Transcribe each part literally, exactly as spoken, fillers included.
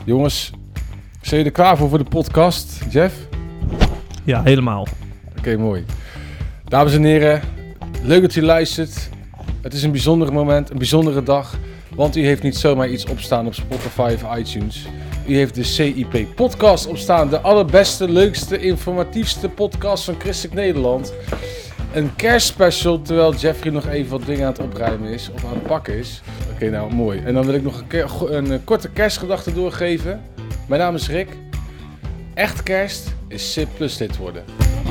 Jongens, zijn jullie er klaar voor voor de podcast, Jeff? Ja, helemaal. Oké, okay, mooi. Dames en heren, leuk dat u luistert. Het is een bijzonder moment, een bijzondere dag. Want u heeft niet zomaar iets opstaan op Spotify of iTunes. U heeft de C I P podcast opstaan. De allerbeste, leukste, informatiefste podcast van Christelijk Nederland. Een kerstspecial, terwijl Jeffrey nog even wat dingen aan het opruimen is. Of aan het pakken is. Oké, okay, nou mooi. En dan wil ik nog een, ke- een, een korte kerstgedachte doorgeven. Mijn naam is Rick. Echt kerst is C plus lid worden.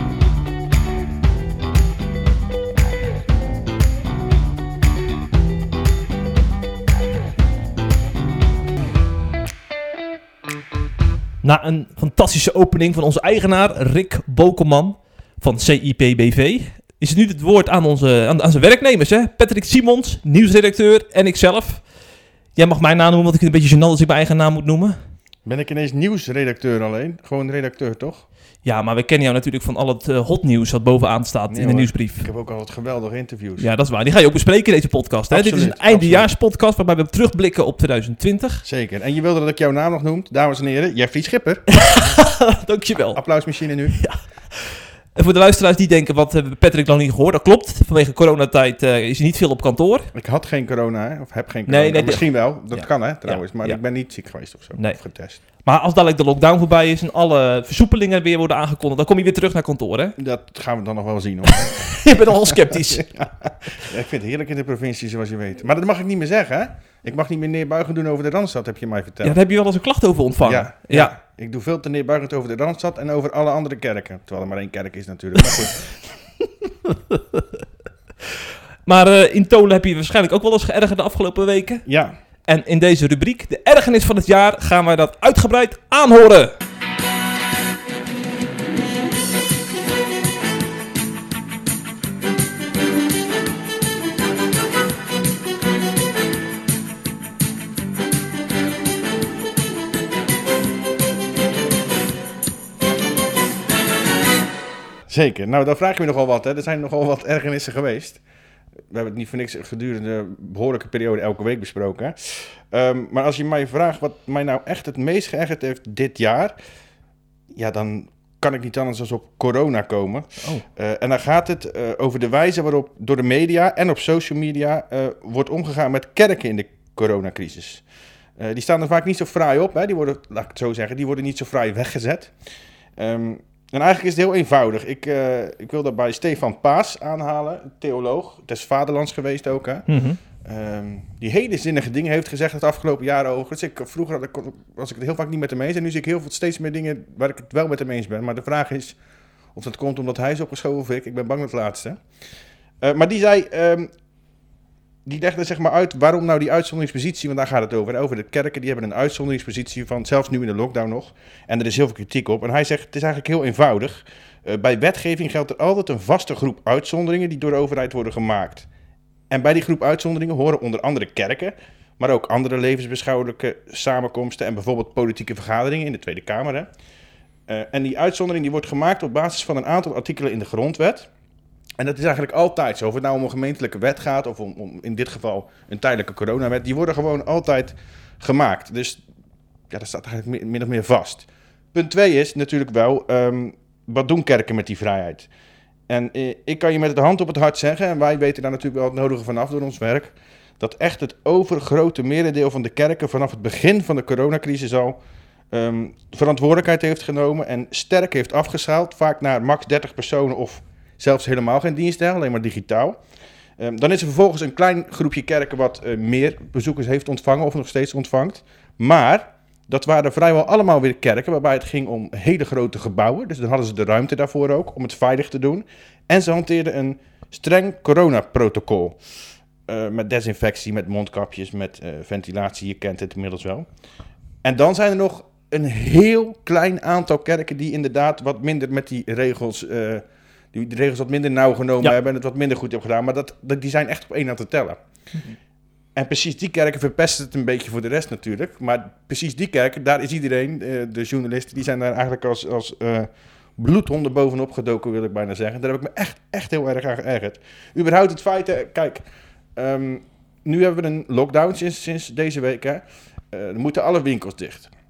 Na een fantastische opening van onze eigenaar Rick Bokelman van C I P B V... is het nu het woord aan, onze, aan, aan zijn werknemers. Hè? Patrick Simons, nieuwsredacteur en ikzelf. Jij mag mijn naam noemen, want ik vind het een beetje gênant als ik mijn eigen naam moet noemen. Ben ik ineens nieuwsredacteur alleen? Gewoon redacteur, toch? Ja, maar we kennen jou natuurlijk van al het uh, hot nieuws wat bovenaan staat nee, in de hoor. nieuwsbrief. Ik heb ook al wat geweldige interviews. Ja, dat is waar. Die ga je ook bespreken in deze podcast. Hè? Absoluut, Dit is een eindejaarspodcast waarbij we terugblikken op twintig twintig. Zeker. En je wilde dat ik jouw naam nog noem, dames en heren. Jeffrey Schipper. Dankjewel. Applausmachine nu. Ja. En voor de luisteraars die denken, wat hebben we Patrick nog niet gehoord? Dat klopt. Vanwege coronatijd uh, is hij niet veel op kantoor. Ik had geen corona, hè? Of heb geen corona. Nee, nee, Misschien wel. Dat ja. kan, hè, trouwens. Ja, maar ja. ik ben niet ziek geweest of zo. Nee. Of getest. Maar als dadelijk de lockdown voorbij is en alle versoepelingen weer worden aangekondigd, dan kom je weer terug naar kantoor, hè? Dat gaan we dan nog wel zien, hoor. Je bent nogal sceptisch. Ja, ik vind het heerlijk in de provincie, zoals je weet. Maar dat mag ik niet meer zeggen, hè? Ik mag niet meer neerbuigend doen over de Randstad, heb je mij verteld. Ja, daar heb je wel eens een klacht over ontvangen. Ja, ja. ja. Ik doe veel te neerbuigend over de Randstad en over alle andere kerken. Terwijl er maar één kerk is natuurlijk. Maar goed. Maar uh, in Tolen heb je waarschijnlijk ook wel eens geërgerd de afgelopen weken. Ja. En in deze rubriek, de ergernis van het jaar, gaan wij dat uitgebreid aanhoren. Zeker. Nou, dan vraag je me nogal wat, hè. Er zijn nogal wat ergernissen geweest. We hebben het niet voor niks gedurende een behoorlijke periode elke week besproken. Um, maar als je mij vraagt wat mij nou echt het meest geërgerd heeft dit jaar, ja, dan kan ik niet anders dan op corona komen. Oh. Uh, en dan gaat het uh, over de wijze waarop door de media en op social media uh, wordt omgegaan met kerken in de coronacrisis. Uh, die staan er vaak niet zo fraai op, hè. Die worden, laat ik het zo zeggen, die worden niet zo fraai weggezet. Um, En eigenlijk is het heel eenvoudig. Ik, uh, ik wil daarbij Stefan Paas aanhalen, theoloog, des vaderlands geweest ook. Hè? Mm-hmm. Um, die hele zinnige dingen heeft gezegd het afgelopen jaren over. Dus ik, vroeger had ik, was ik het heel vaak niet met hem eens. En nu zie ik heel veel, steeds meer dingen waar ik het wel met hem eens ben. Maar de vraag is of dat komt omdat hij is opgeschoven of ik. Ik ben bang met het laatste. Uh, maar die zei... Um, Die legde zeg maar uit waarom nou die uitzonderingspositie, want daar gaat het over. Over de kerken, die hebben een uitzonderingspositie van, zelfs nu in de lockdown nog. En er is heel veel kritiek op. En hij zegt, het is eigenlijk heel eenvoudig. Uh, bij wetgeving geldt er altijd een vaste groep uitzonderingen die door de overheid worden gemaakt. En bij die groep uitzonderingen horen onder andere kerken, maar ook andere levensbeschouwelijke samenkomsten en bijvoorbeeld politieke vergaderingen in de Tweede Kamer. Hè. Uh, en die uitzondering die wordt gemaakt op basis van een aantal artikelen in de grondwet. En dat is eigenlijk altijd zo. Of het nou om een gemeentelijke wet gaat of om, om in dit geval een tijdelijke coronawet. Die worden gewoon altijd gemaakt. Dus ja, dat staat eigenlijk min of meer vast. Punt twee is natuurlijk wel, um, wat doen kerken met die vrijheid? En eh, ik kan je met de hand op het hart zeggen, en wij weten daar natuurlijk wel het nodige vanaf door ons werk, dat echt het overgrote merendeel van de kerken vanaf het begin van de coronacrisis al um, verantwoordelijkheid heeft genomen en sterk heeft afgeschaald. Vaak naar max dertig personen of zelfs helemaal geen diensten, alleen maar digitaal. Um, dan is er vervolgens een klein groepje kerken wat uh, meer bezoekers heeft ontvangen of nog steeds ontvangt. Maar dat waren vrijwel allemaal weer kerken waarbij het ging om hele grote gebouwen. Dus dan hadden ze de ruimte daarvoor ook om het veilig te doen. En ze hanteerden een streng coronaprotocol. Uh, met desinfectie, met mondkapjes, met uh, ventilatie. Je kent het inmiddels wel. En dan zijn er nog een heel klein aantal kerken die inderdaad wat minder met die regels... Uh, die de regels wat minder nauw genomen ja. hebben en het wat minder goed hebben gedaan. Maar dat, dat, die zijn echt op één hand te tellen. Mm-hmm. En precies die kerken verpesten het een beetje voor de rest natuurlijk. Maar precies die kerken, daar is iedereen, uh, de journalisten, die zijn daar eigenlijk als, als uh, bloedhonden bovenop gedoken, wil ik bijna zeggen. Daar heb ik me echt, echt heel erg aan geërgerd. Überhaupt het feit, uh, kijk, um, nu hebben we een lockdown sinds, sinds deze week. Hè. Uh, er moeten alle winkels dicht.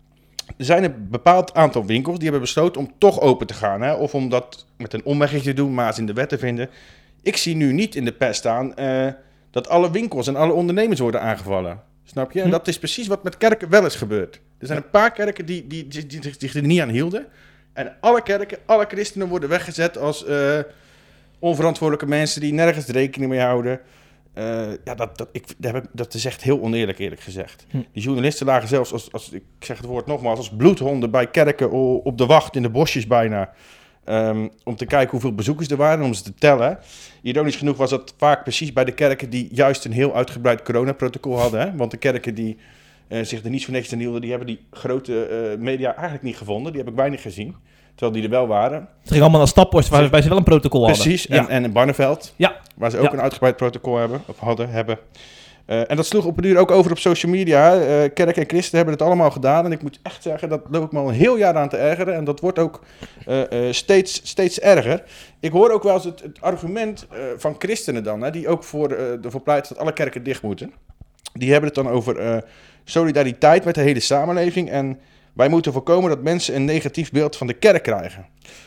er zijn een bepaald aantal winkels die hebben besloten om toch open te gaan. Hè? Of om dat met een omwegje te doen, maar ze in de wet te vinden. Ik zie nu niet in de pers staan uh, dat alle winkels en alle ondernemers worden aangevallen. Snap je? En dat is precies wat met kerken wel is gebeurd. Er zijn een paar kerken die, die, die, die, die zich er niet aan hielden. En alle kerken, alle christenen worden weggezet als uh, onverantwoordelijke mensen die nergens rekening mee houden. Uh, ja, dat, dat, ik, dat, heb ik, dat is echt heel oneerlijk, eerlijk gezegd. Hm. Die journalisten lagen zelfs, als, als, ik zeg het woord nogmaals, als bloedhonden bij kerken op de wacht in de bosjes bijna. Um, om te kijken hoeveel bezoekers er waren, om ze te tellen. Ironisch genoeg was dat vaak precies bij de kerken die juist een heel uitgebreid coronaprotocol hadden. Hè? Want de kerken die uh, zich er niet voor niks aan hielden, die hebben die grote uh, media eigenlijk niet gevonden. Die heb ik weinig gezien, terwijl die er wel waren. Het ging allemaal naar Staphorst, waar ze wel een protocol hadden. Precies, ja. en, en in Barneveld, ja. waar ze ook ja. een uitgebreid protocol hebben, of hadden, hebben. Uh, en dat sloeg op een duur ook over op social media. Uh, kerk en christen hebben het allemaal gedaan. En ik moet echt zeggen, dat loop ik me al een heel jaar aan te ergeren. En dat wordt ook uh, uh, steeds, steeds erger. Ik hoor ook wel eens het, het argument uh, van christenen dan, hè, die ook voor, uh, ervoor pleiten dat alle kerken dicht moeten. Die hebben het dan over uh, solidariteit met de hele samenleving. En wij moeten voorkomen dat mensen een negatief beeld van de kerk krijgen.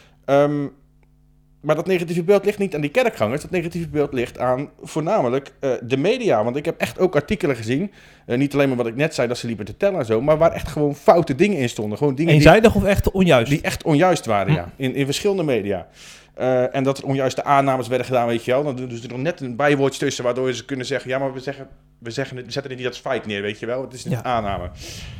Um, Maar dat negatieve beeld ligt niet aan die kerkgangers. Dat negatieve beeld ligt aan voornamelijk uh, de media. Want ik heb echt ook artikelen gezien. Uh, niet alleen maar wat ik net zei, dat ze liepen te tellen en zo. Maar waar echt gewoon foute dingen in stonden. Gewoon dingen Eenzijdig die, of echt onjuist? Die echt onjuist waren, hm. ja. In, in verschillende media. Uh, en dat er onjuiste aannames werden gedaan, weet je wel. Dan doen ze er nog net een bijwoordje tussen, waardoor ze kunnen zeggen... Ja, maar we, zeggen, we, zeggen het, we zetten het niet als feit neer, weet je wel. Het is een ja. aanname.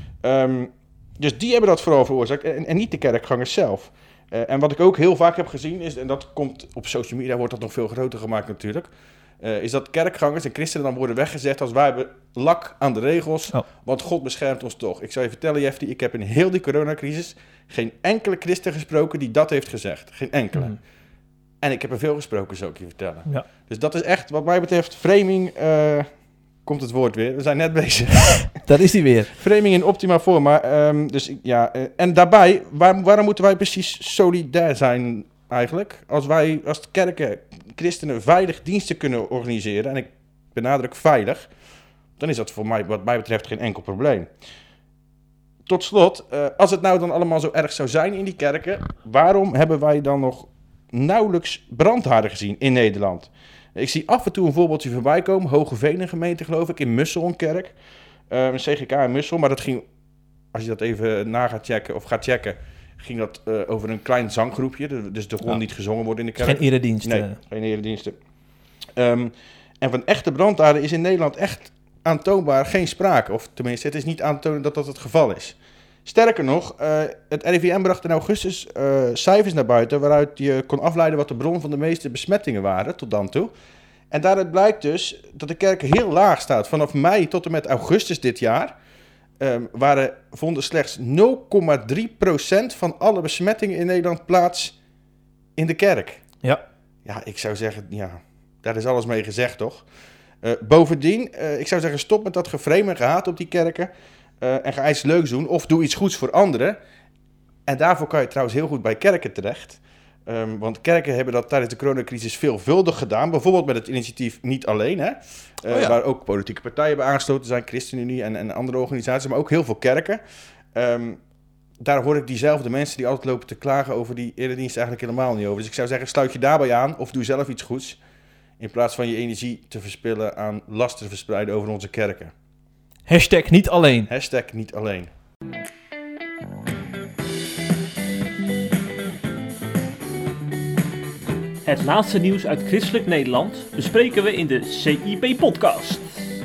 Um, dus die hebben dat vooral veroorzaakt. En, en niet de kerkgangers zelf. Uh, en wat ik ook heel vaak heb gezien is, en dat komt op social media, wordt dat nog veel groter gemaakt natuurlijk, uh, is dat kerkgangers en christenen dan worden weggezet als wij hebben lak aan de regels, oh. want God beschermt ons toch. Ik zou je vertellen, Jeffy, ik heb in heel die coronacrisis geen enkele christen gesproken die dat heeft gezegd. Geen enkele. Mm. En ik heb er veel gesproken, zou ik je vertellen. Ja. Dus dat is echt, wat mij betreft, framing... Uh, komt het woord weer. We zijn net bezig. Daar is hij weer. Framing in optima forma. Um, dus ja, uh, en daarbij, waar, waarom moeten wij precies solidair zijn eigenlijk? Als wij als kerken, christenen, veilig diensten kunnen organiseren, en ik benadruk veilig, dan is dat voor mij, wat mij betreft, geen enkel probleem. Tot slot, uh, als het nou dan allemaal zo erg zou zijn in die kerken, waarom hebben wij dan nog nauwelijks brandhaarden gezien in Nederland? Ik zie af en toe een voorbeeldje voorbij komen. Hogeveen, een gemeente geloof ik, in Mussel een kerk. Uh, een C G K in Mussel, maar dat ging, als je dat even na gaat checken, of gaat checken, ging dat uh, over een klein zanggroepje. Dus er kon ja. niet gezongen worden in de kerk. Geen erediensten. Nee, geen erediensten. Um, en van echte brandhaarden is in Nederland echt aantoonbaar geen sprake. Of tenminste, het is niet aan te tonen dat dat het geval is. Sterker nog, uh, het R I V M bracht in augustus uh, cijfers naar buiten waaruit je kon afleiden wat de bron van de meeste besmettingen waren tot dan toe. En daaruit blijkt dus dat de kerk heel laag staat. Vanaf mei tot en met augustus dit jaar um, waren, vonden slechts nul komma drie procent van alle besmettingen in Nederland plaats in de kerk. Ja. Ja, ik zou zeggen, ja, daar is alles mee gezegd, toch? Uh, bovendien, uh, ik zou zeggen, stop met dat geframe en gehaat op die kerken. Uh, en ga iets leuks doen of doe iets goeds voor anderen. En daarvoor kan je trouwens heel goed bij kerken terecht. Um, want kerken hebben dat tijdens de coronacrisis veelvuldig gedaan. Bijvoorbeeld met het initiatief Niet Alleen. Hè? Uh, oh ja. Waar ook politieke partijen bij aangesloten zijn. ChristenUnie en, en andere organisaties. Maar ook heel veel kerken. Um, daar hoor ik diezelfde mensen die altijd lopen te klagen over die eredienst eigenlijk helemaal niet over. Dus ik zou zeggen, sluit je daarbij aan of doe zelf iets goeds. In plaats van je energie te verspillen aan lasten verspreiden over onze kerken. Hashtag niet alleen. Hashtag niet alleen. Het laatste nieuws uit christelijk Nederland bespreken we in de C I P-podcast.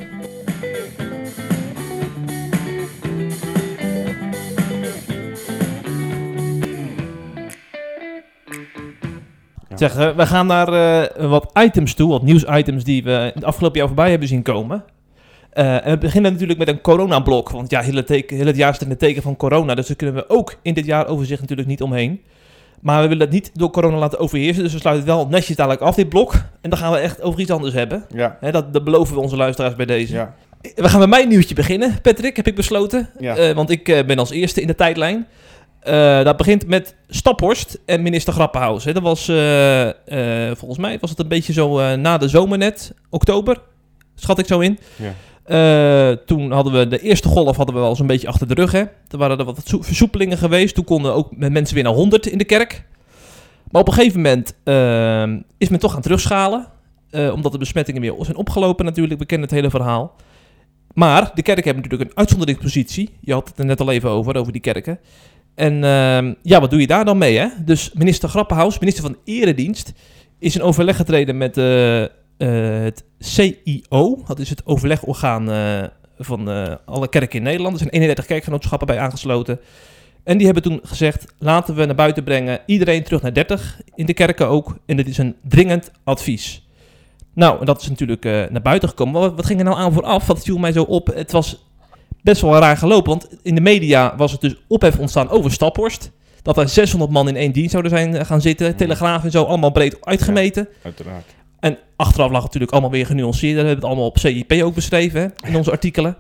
Zeg, we gaan naar uh, wat items toe, wat nieuwsitems die we het afgelopen jaar voorbij hebben zien komen. Uh, en we beginnen natuurlijk met een coronablok, want ja, heel het, teken, heel het jaar staat in het teken van corona, dus daar kunnen we ook in dit jaar overzicht natuurlijk niet omheen. Maar we willen het niet door corona laten overheersen, dus we sluiten het wel netjes dadelijk af, dit blok. En dan gaan we echt over iets anders hebben. Ja. Hè, dat, dat beloven we onze luisteraars bij deze. Ja. We gaan met mijn nieuwtje beginnen, Patrick, heb ik besloten. Ja. Uh, want ik uh, ben als eerste in de tijdlijn. Uh, dat begint met Staphorst en minister Grapperhaus. Hè. Dat was, uh, uh, volgens mij was het een beetje zo uh, na de zomer net, oktober, schat ik zo in. Ja. Uh, toen hadden we de eerste golf hadden we wel eens een beetje achter de rug. Hè. Er waren er wat zo- versoepelingen geweest. Toen konden ook met mensen weer naar honderd in de kerk. Maar op een gegeven moment uh, is men toch gaan terugschalen. Uh, omdat de besmettingen weer zijn opgelopen natuurlijk. We kennen het hele verhaal. Maar de kerken hebben natuurlijk een uitzonderingspositie. Je had het er net al even over, over die kerken. En uh, ja, wat doe je daar dan mee? Hè? Dus minister Grapperhaus, minister van Eredienst, is in overleg getreden met uh, uh, het C I O. Dat is het overlegorgaan uh, van uh, alle kerken in Nederland. Er zijn eenendertig kerkgenootschappen bij aangesloten. En die hebben toen gezegd, laten we naar buiten brengen iedereen terug naar dertig, in de kerken ook. En dit is een dringend advies. Nou, en dat is natuurlijk uh, naar buiten gekomen. Wat, wat ging er nou aan vooraf? Wat viel mij zo op? Het was best wel raar gelopen, want in de media was het dus ophef ontstaan over Staphorst. Dat er zeshonderd man in één dienst zouden zijn gaan zitten. Telegraaf en zo, allemaal breed uitgemeten. Ja, uiteraard. En achteraf lag het natuurlijk allemaal weer genuanceerd. We hebben het allemaal op C I P ook beschreven, hè, in onze artikelen.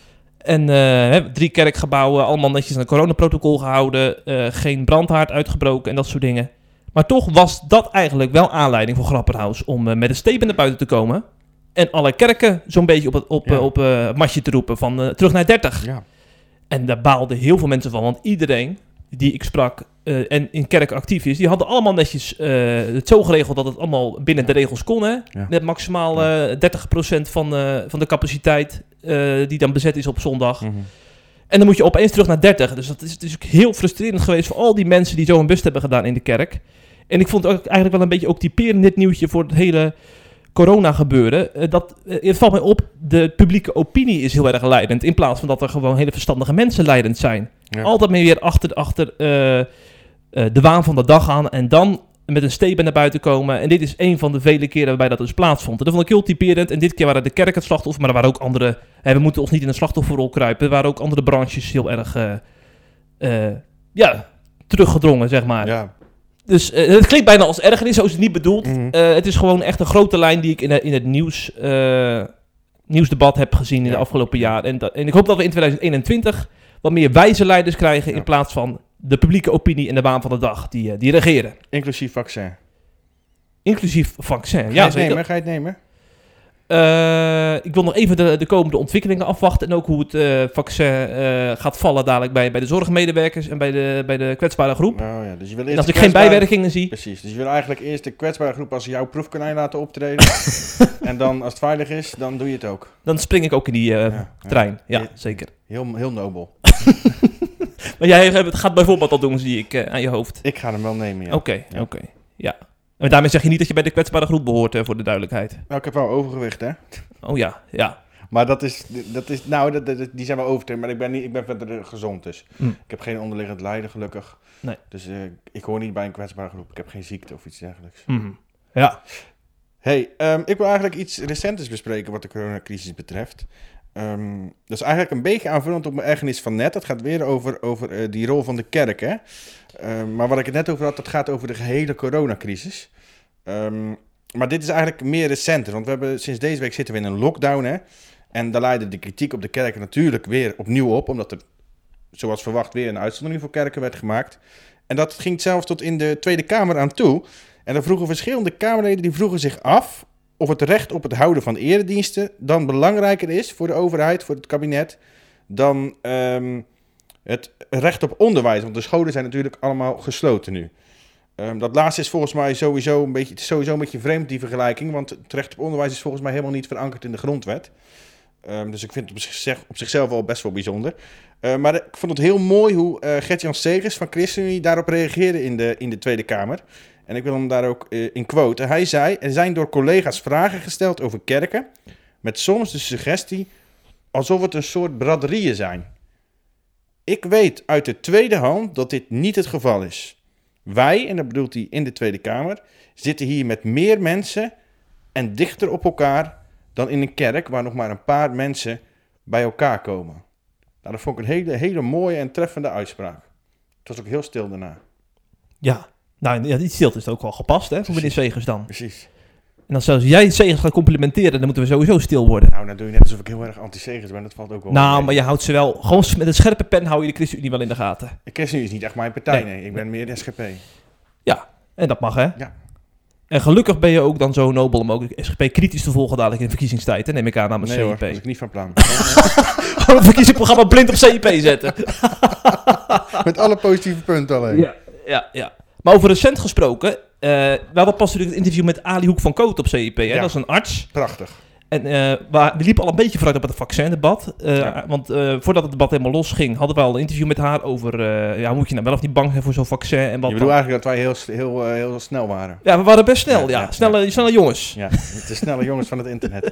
En uh, drie kerkgebouwen, allemaal netjes aan het coronaprotocol gehouden. Uh, geen brandhaard uitgebroken en dat soort dingen. Maar toch was dat eigenlijk wel aanleiding voor Grapperhaus om uh, met een statement naar buiten te komen. En alle kerken zo'n beetje op het op, Ja. uh, op uh, matje te roepen van uh, terug naar dertig. Ja. En daar baalden heel veel mensen van. Want iedereen die ik sprak uh, en in kerk actief is, die hadden allemaal netjes uh, het zo geregeld dat het allemaal binnen de regels kon. Hè? Ja. Net maximaal uh, dertig procent van, uh, van de capaciteit uh, die dan bezet is op zondag. Mm-hmm. En dan moet je opeens terug naar dertig. Dus dat is, het is ook heel frustrerend geweest voor al die mensen die zo een best hebben gedaan in de kerk. En ik vond het ook eigenlijk wel een beetje ook typerend dit nieuwtje voor het hele corona gebeuren. Uh, dat, uh, het valt mij op, de publieke opinie is heel erg leidend. In plaats van dat er gewoon hele verstandige mensen leidend zijn. Ja. Altijd meer weer achter, achter uh, uh, de waan van de dag aan. En dan met een statement naar buiten komen. En dit is een van de vele keren waarbij dat dus plaatsvond. En dat vond ik heel typerend. En dit keer waren de kerk het slachtoffer. Maar er waren ook andere. Hè, we moeten ons niet in een slachtofferrol kruipen. Er waren ook andere branches heel erg uh, uh, ja, teruggedrongen, zeg maar. Ja. Dus uh, het klinkt bijna als ergernis, zo is het niet bedoeld. Mhm. Uh, het is gewoon echt een grote lijn die ik in, in het nieuws, uh, nieuwsdebat heb gezien in Ja. de afgelopen jaar. En, dat, en ik hoop dat we in twintig eenentwintig wat meer wijze leiders krijgen Ja. in plaats van de publieke opinie en de waan van de dag die, uh, die regeren. Inclusief vaccin. Inclusief vaccin. Ga je Ja, het zeker. nemen? Ga je het nemen? Uh, ik wil nog even de, de komende ontwikkelingen afwachten. En ook hoe het uh, vaccin uh, gaat vallen dadelijk bij, bij de zorgmedewerkers en bij de, bij de kwetsbare groep. Oh, ja. Dus je wil En eerst als de ik geen kwetsbare- bijwerkingen zie, Precies. Dus je wil eigenlijk eerst de kwetsbare groep als jouw proefkonijn laten optreden. En dan, als het veilig is, dan doe je het ook. dan spring ik ook in die uh, Ja, ja. trein. Ja, Ja. zeker. Heel, heel nobel. Maar jij hebt- het gaat bijvoorbeeld al doen, zie ik, uh, aan je hoofd. Ik ga hem wel nemen, ja. Oké, Ja. oké. Ja. En daarmee zeg je niet dat je bij de kwetsbare groep behoort, uh, voor de duidelijkheid. Nou, ik heb wel overgewicht, hè. Oh ja, ja. Maar dat is, dat is nou, dat, dat- die zijn wel over, maar ik ben, niet, ik ben verder eh, gezond, dus Hm. ik heb geen onderliggend lijden, gelukkig. Nee. Dus eh, ik hoor niet bij een kwetsbare groep. Ik heb geen ziekte of iets dergelijks. Mhm. Ja. Hey, ehm, ik wil eigenlijk iets recenters bespreken wat de coronacrisis betreft. Ehm, dat is eigenlijk een beetje aanvullend op mijn ergernis van net. Het gaat weer over, over eh, die rol van de kerk, hè. Ehm, maar wat ik het net over had, dat gaat over de gehele coronacrisis. Ehm, maar dit is eigenlijk meer recenter, want we hebben sinds deze week zitten we in een lockdown, hè. En daar leidde de kritiek op de kerken natuurlijk weer opnieuw op, omdat er, zoals verwacht, weer een uitzondering voor kerken werd gemaakt. En dat ging zelfs tot in de Tweede Kamer aan toe. En dan vroegen verschillende Kamerleden, die vroegen zich af of het recht op het houden van erediensten dan belangrijker is voor de overheid, voor het kabinet, dan ehm, het recht op onderwijs. Want de scholen zijn natuurlijk allemaal gesloten nu. Um, dat laatste is volgens mij sowieso een beetje, het is sowieso een beetje vreemd, die vergelijking. Want het recht op onderwijs is volgens mij helemaal niet verankerd in de grondwet. Um, dus ik vind het op, zich, op zichzelf wel best wel bijzonder. Uh, maar ik vond het heel mooi hoe uh, Gert-Jan Segers van ChristenUnie daarop reageerde in de, in de Tweede Kamer. En ik wil hem daar ook uh, in quoten. Hij zei, er zijn door collega's vragen gesteld over kerken, met soms de suggestie alsof het een soort braderieën zijn. Ik weet uit de tweede hand dat dit niet het geval is. Wij, en dat bedoelt hij in de Tweede Kamer, zitten hier met meer mensen en dichter op elkaar dan in een kerk waar nog maar een paar mensen bij elkaar komen. Nou, dat vond ik een hele, hele mooie en treffende uitspraak. Het was ook heel stil daarna. Ja. Nou, ja, die stilte is ook wel gepast, hè, voor meneer Segers dan. Precies. En als zelfs jij Segers gaat complimenteren, dan moeten we sowieso stil worden. Nou, dan doe je net alsof ik heel erg anti-Segers ben. Dat valt ook wel Nou, mee. maar je houdt ze wel, gewoon met een scherpe pen hou je de ChristenUnie wel in de gaten. De ChristenUnie is niet echt mijn partij, Nee. nee. Ik ben meer de S G P. Ja, en dat mag, hè? Ja. En gelukkig ben je ook dan zo nobel om ook S G P kritisch te volgen dadelijk in de verkiezingstijd, hè, neem ik aan namens Nee C I hoor, P. dat is ik niet van plan. Gewoon een verkiezingsprogramma blind op C I P zetten. Met alle positieve punten alleen. Ja, ja, ja. Maar over recent gesproken, uh, we hadden pas natuurlijk het interview met Ali Hoek van Koot op C I P. Hè? Ja. Dat is een arts. Prachtig. En uh, waar, die liep al een beetje vooruit op het vaccindebat. Uh, Ja. Want uh, voordat het debat helemaal losging, hadden we al een interview met haar over... Uh, ja, moet je nou wel of niet bang zijn voor zo'n vaccin? En wat Je bedoelt dan? eigenlijk dat wij heel, s- heel, uh, heel snel waren. Ja, we waren best snel. Ja, Ja, ja, snelle, ja. snelle jongens. Ja, de snelle jongens van het internet.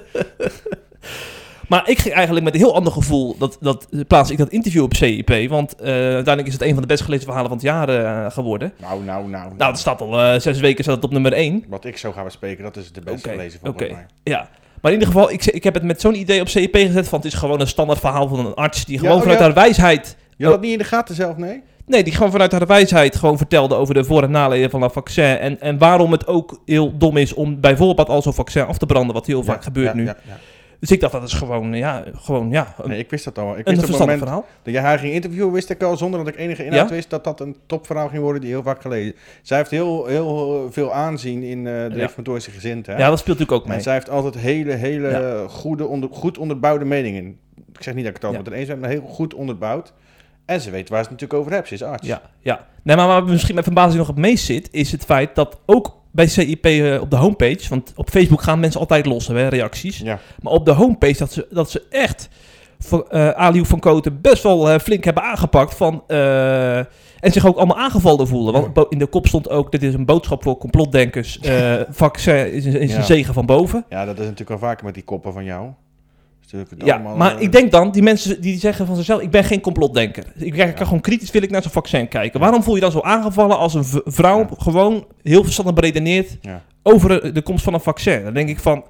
Maar ik ging eigenlijk met een heel ander gevoel dat, dat plaats ik dat interview op C I P. Want uh, uiteindelijk is het een van de best gelezen verhalen van het jaar uh, geworden. Nou, nou, nou. Nou, het staat al uh, zes weken staat het op nummer één. Wat ik zo ga bespreken, dat is de beste Oké, gelezen volgens oké. mij. Ja. Maar in ieder geval, ik, ik heb het met zo'n idee op C I P gezet van het is gewoon een standaard verhaal van een arts die Ja, gewoon oh vanuit ja. haar wijsheid... Je had dat niet in de gaten zelf, nee? Nee, die gewoon vanuit haar wijsheid gewoon vertelde over de voor- en nadelen van een vaccin. En, en waarom het ook heel dom is om bijvoorbeeld al zo'n vaccin af te branden, wat heel vaak Ja, gebeurt ja, nu. Ja, ja. Dus ik dacht, dat is gewoon, ja, gewoon, ja, een, Nee, ik wist dat al. Ik een wist op het verstandig moment verhaal. dat jij haar ging interviewen, wist ik al, zonder dat ik enige inhoud Ja? wist, dat dat een topverhaal ging worden die heel vaak gelezen. Zij heeft heel, heel veel aanzien in uh, de Ja. reformatorische gezin. Hè? Ja, dat speelt natuurlijk ook En mee. zij heeft altijd hele, hele Ja. goede, onder, goed onderbouwde meningen. Ik zeg niet dat ik het altijd Ja. met haar eens ben, maar heel goed onderbouwd. En ze weet waar ze het natuurlijk over hebt. Ze is arts. Ja, ja. Nee, maar waar misschien met verbazing nog het meest zit, is het feit dat ook bij C I P uh, op de homepage, want op Facebook gaan mensen altijd los, hè, reacties. Ja. Maar op de homepage dat ze, dat ze echt voor, uh, Ali Hoek van Koten best wel uh, flink hebben aangepakt van, uh, en zich ook allemaal aangevallen voelen. Want bo- in de kop stond ook, dit is een boodschap voor complotdenkers. Uh, vaccin is, is Ja. een zegen van boven. Ja, dat is natuurlijk al vaker met die koppen van jou. Dat is natuurlijk Ja, allemaal, maar eh, ik denk dan, die mensen die zeggen van zichzelf, ik ben geen complotdenker. Ik kijk Ja. gewoon kritisch, wil ik naar zo'n vaccin kijken. Ja. Waarom voel je dan zo aangevallen als een v- vrouw Ja. gewoon heel verstandig beredeneert Ja. over de komst van een vaccin? Dan denk ik van,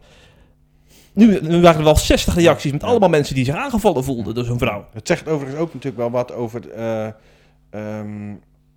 nu, nu waren er wel zestig reacties met Ja. allemaal mensen die zich aangevallen voelden door zo'n vrouw. Het zegt overigens ook natuurlijk wel wat over eh, ehm,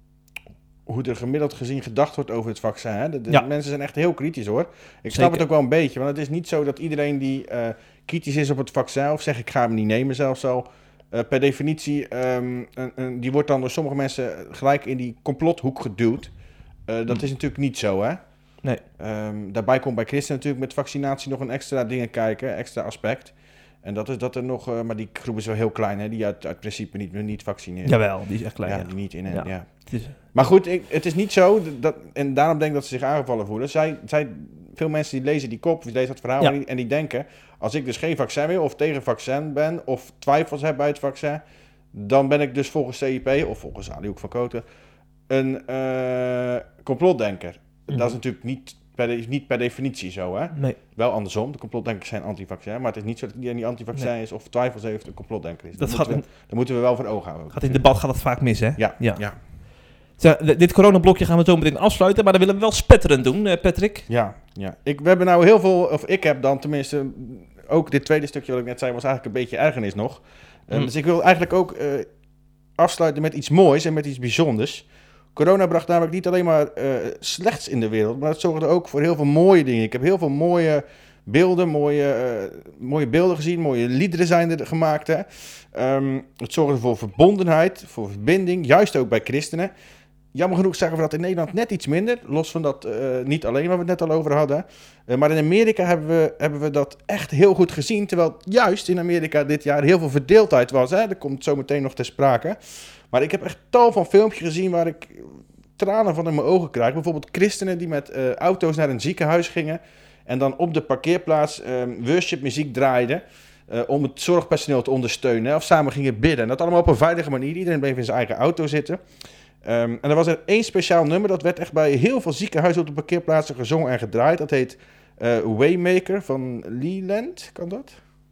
hoe er gemiddeld gezien gedacht wordt over het vaccin. Hè? De, de Ja. mensen zijn echt heel kritisch hoor. Ik snap Zeker. het ook wel een beetje, want het is niet zo dat iedereen die eh, kritisch is op het vaccin of zegt ik ga hem niet nemen zelfs al, eh, per definitie, ehm, een, een, die wordt dan door sommige mensen gelijk in die complothoek geduwd. Eh, dat Hm. is natuurlijk niet zo hè. Nee. Ehm, daarbij komt bij christenen natuurlijk met vaccinatie nog een extra dingen kijken, extra aspect. En dat is dat er nog, uh, maar die groep is wel heel klein, hè, die uit, uit principe niet, niet vaccineren. Jawel, die is echt klein. Ja, Ja. die niet in. En, Ja. ja. Het is- Maar goed, ik, het is niet zo, dat, en daarom denk ik dat ze zich aangevallen voelen. Zij, zij, veel mensen die lezen die kop, die lezen dat verhaal Ja. en, die, en die denken, als ik dus geen vaccin wil of tegen vaccin ben, of twijfels heb bij het vaccin, dan ben ik dus volgens C I P, of volgens Ali Hoek van Koten, een uh, complotdenker. Mhm. Dat is natuurlijk niet per, de, niet per definitie zo, hè? Nee, Wel andersom, de complotdenkers zijn anti-vaccin, maar het is niet zo dat iedereen die anti-vaccin Nee. is of twijfels heeft een complotdenker is. dat Dat gaat moeten, in, we, dat moeten we wel voor ogen houden. gaat in debat gaat het vaak mis, hè? Ja, ja. Ja. ja. Zo, d- dit coronablokje gaan we zo meteen afsluiten, maar dan willen we wel spetterend doen, eh, Patrick. Ja, ja. Ik, we hebben nou heel veel, of ik heb dan tenminste, ook dit tweede stukje wat ik net zei, was eigenlijk een beetje ergernis nog. Uh, Hm. Dus ik wil eigenlijk ook uh, afsluiten met iets moois en met iets bijzonders. Corona bracht namelijk niet alleen maar uh, slechts in de wereld, maar het zorgde ook voor heel veel mooie dingen. Ik heb heel veel mooie beelden, mooie, uh, mooie beelden gezien, mooie liederen zijn er gemaakt. Hè. Um, het zorgde voor verbondenheid, voor verbinding, juist ook bij christenen. Jammer genoeg zagen we dat in Nederland net iets minder. Los van dat uh, niet alleen waar we het net al over hadden. Uh, maar in Amerika hebben we, hebben we dat echt heel goed gezien. Terwijl juist in Amerika dit jaar heel veel verdeeldheid was. Hè? Dat komt zo meteen nog ter sprake. Maar ik heb echt tal van filmpjes gezien waar ik tranen van in mijn ogen krijg. Bijvoorbeeld christenen die met uh, auto's naar een ziekenhuis gingen. En dan op de parkeerplaats uh, worship muziek draaiden. Uh, om het zorgpersoneel te ondersteunen. Of samen gingen bidden. En dat allemaal op een veilige manier. Iedereen bleef in zijn eigen auto zitten. Um, en er was er één speciaal nummer, dat werd echt bij heel veel ziekenhuizen op de parkeerplaatsen gezongen en gedraaid. Dat heet uh, Waymaker van Leland, kan dat?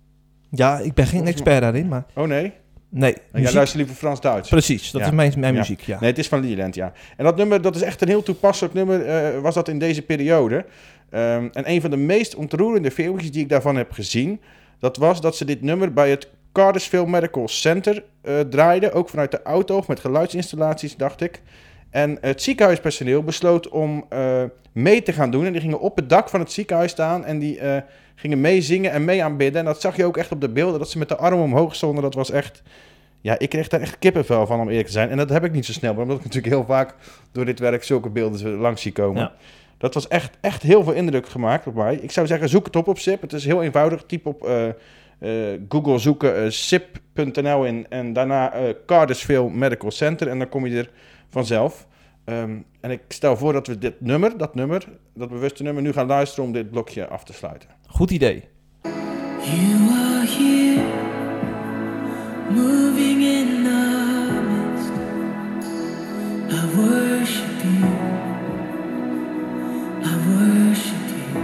Ja, ik ben geen expert daarin, maar... Oh nee? Nee, Jij muziek- luistert liever Frans-Duits. Precies, dat Ja. is mijn, mijn Ja. muziek, ja. Nee, het is van Leland, ja. En dat nummer, dat is echt een heel toepasselijk nummer, uh, was dat in deze periode. Um, en een van de meest ontroerende filmpjes die ik daarvan heb gezien, dat was dat ze dit nummer bij het Cartersville Medical Center uh, draaiden, ook vanuit de auto, met geluidsinstallaties, dacht ik. En het ziekenhuispersoneel besloot om uh, mee te gaan doen. En die gingen op het dak van het ziekenhuis staan en die uh, gingen meezingen en mee aanbidden. En dat zag je ook echt op de beelden, dat ze met de armen omhoog stonden. Dat was echt... Ja, ik kreeg daar echt kippenvel van, om eerlijk te zijn. En dat heb ik niet zo snel, omdat ik natuurlijk heel vaak door dit werk zulke beelden langs zie komen. Ja. Dat was echt, echt heel veel indruk gemaakt op mij. Ik zou zeggen, zoek het op op S I P. Het is heel eenvoudig. Typ op uh, uh, Google zoeken uh, S I P punt n l in en daarna uh, Cartersville Medical Center en dan kom je er vanzelf. Um, en ik stel voor dat we dit nummer, dat nummer, dat bewuste nummer, nu gaan luisteren om dit blokje af te sluiten. Goed idee. You are here, moving in the midst. I worship you. I worship you.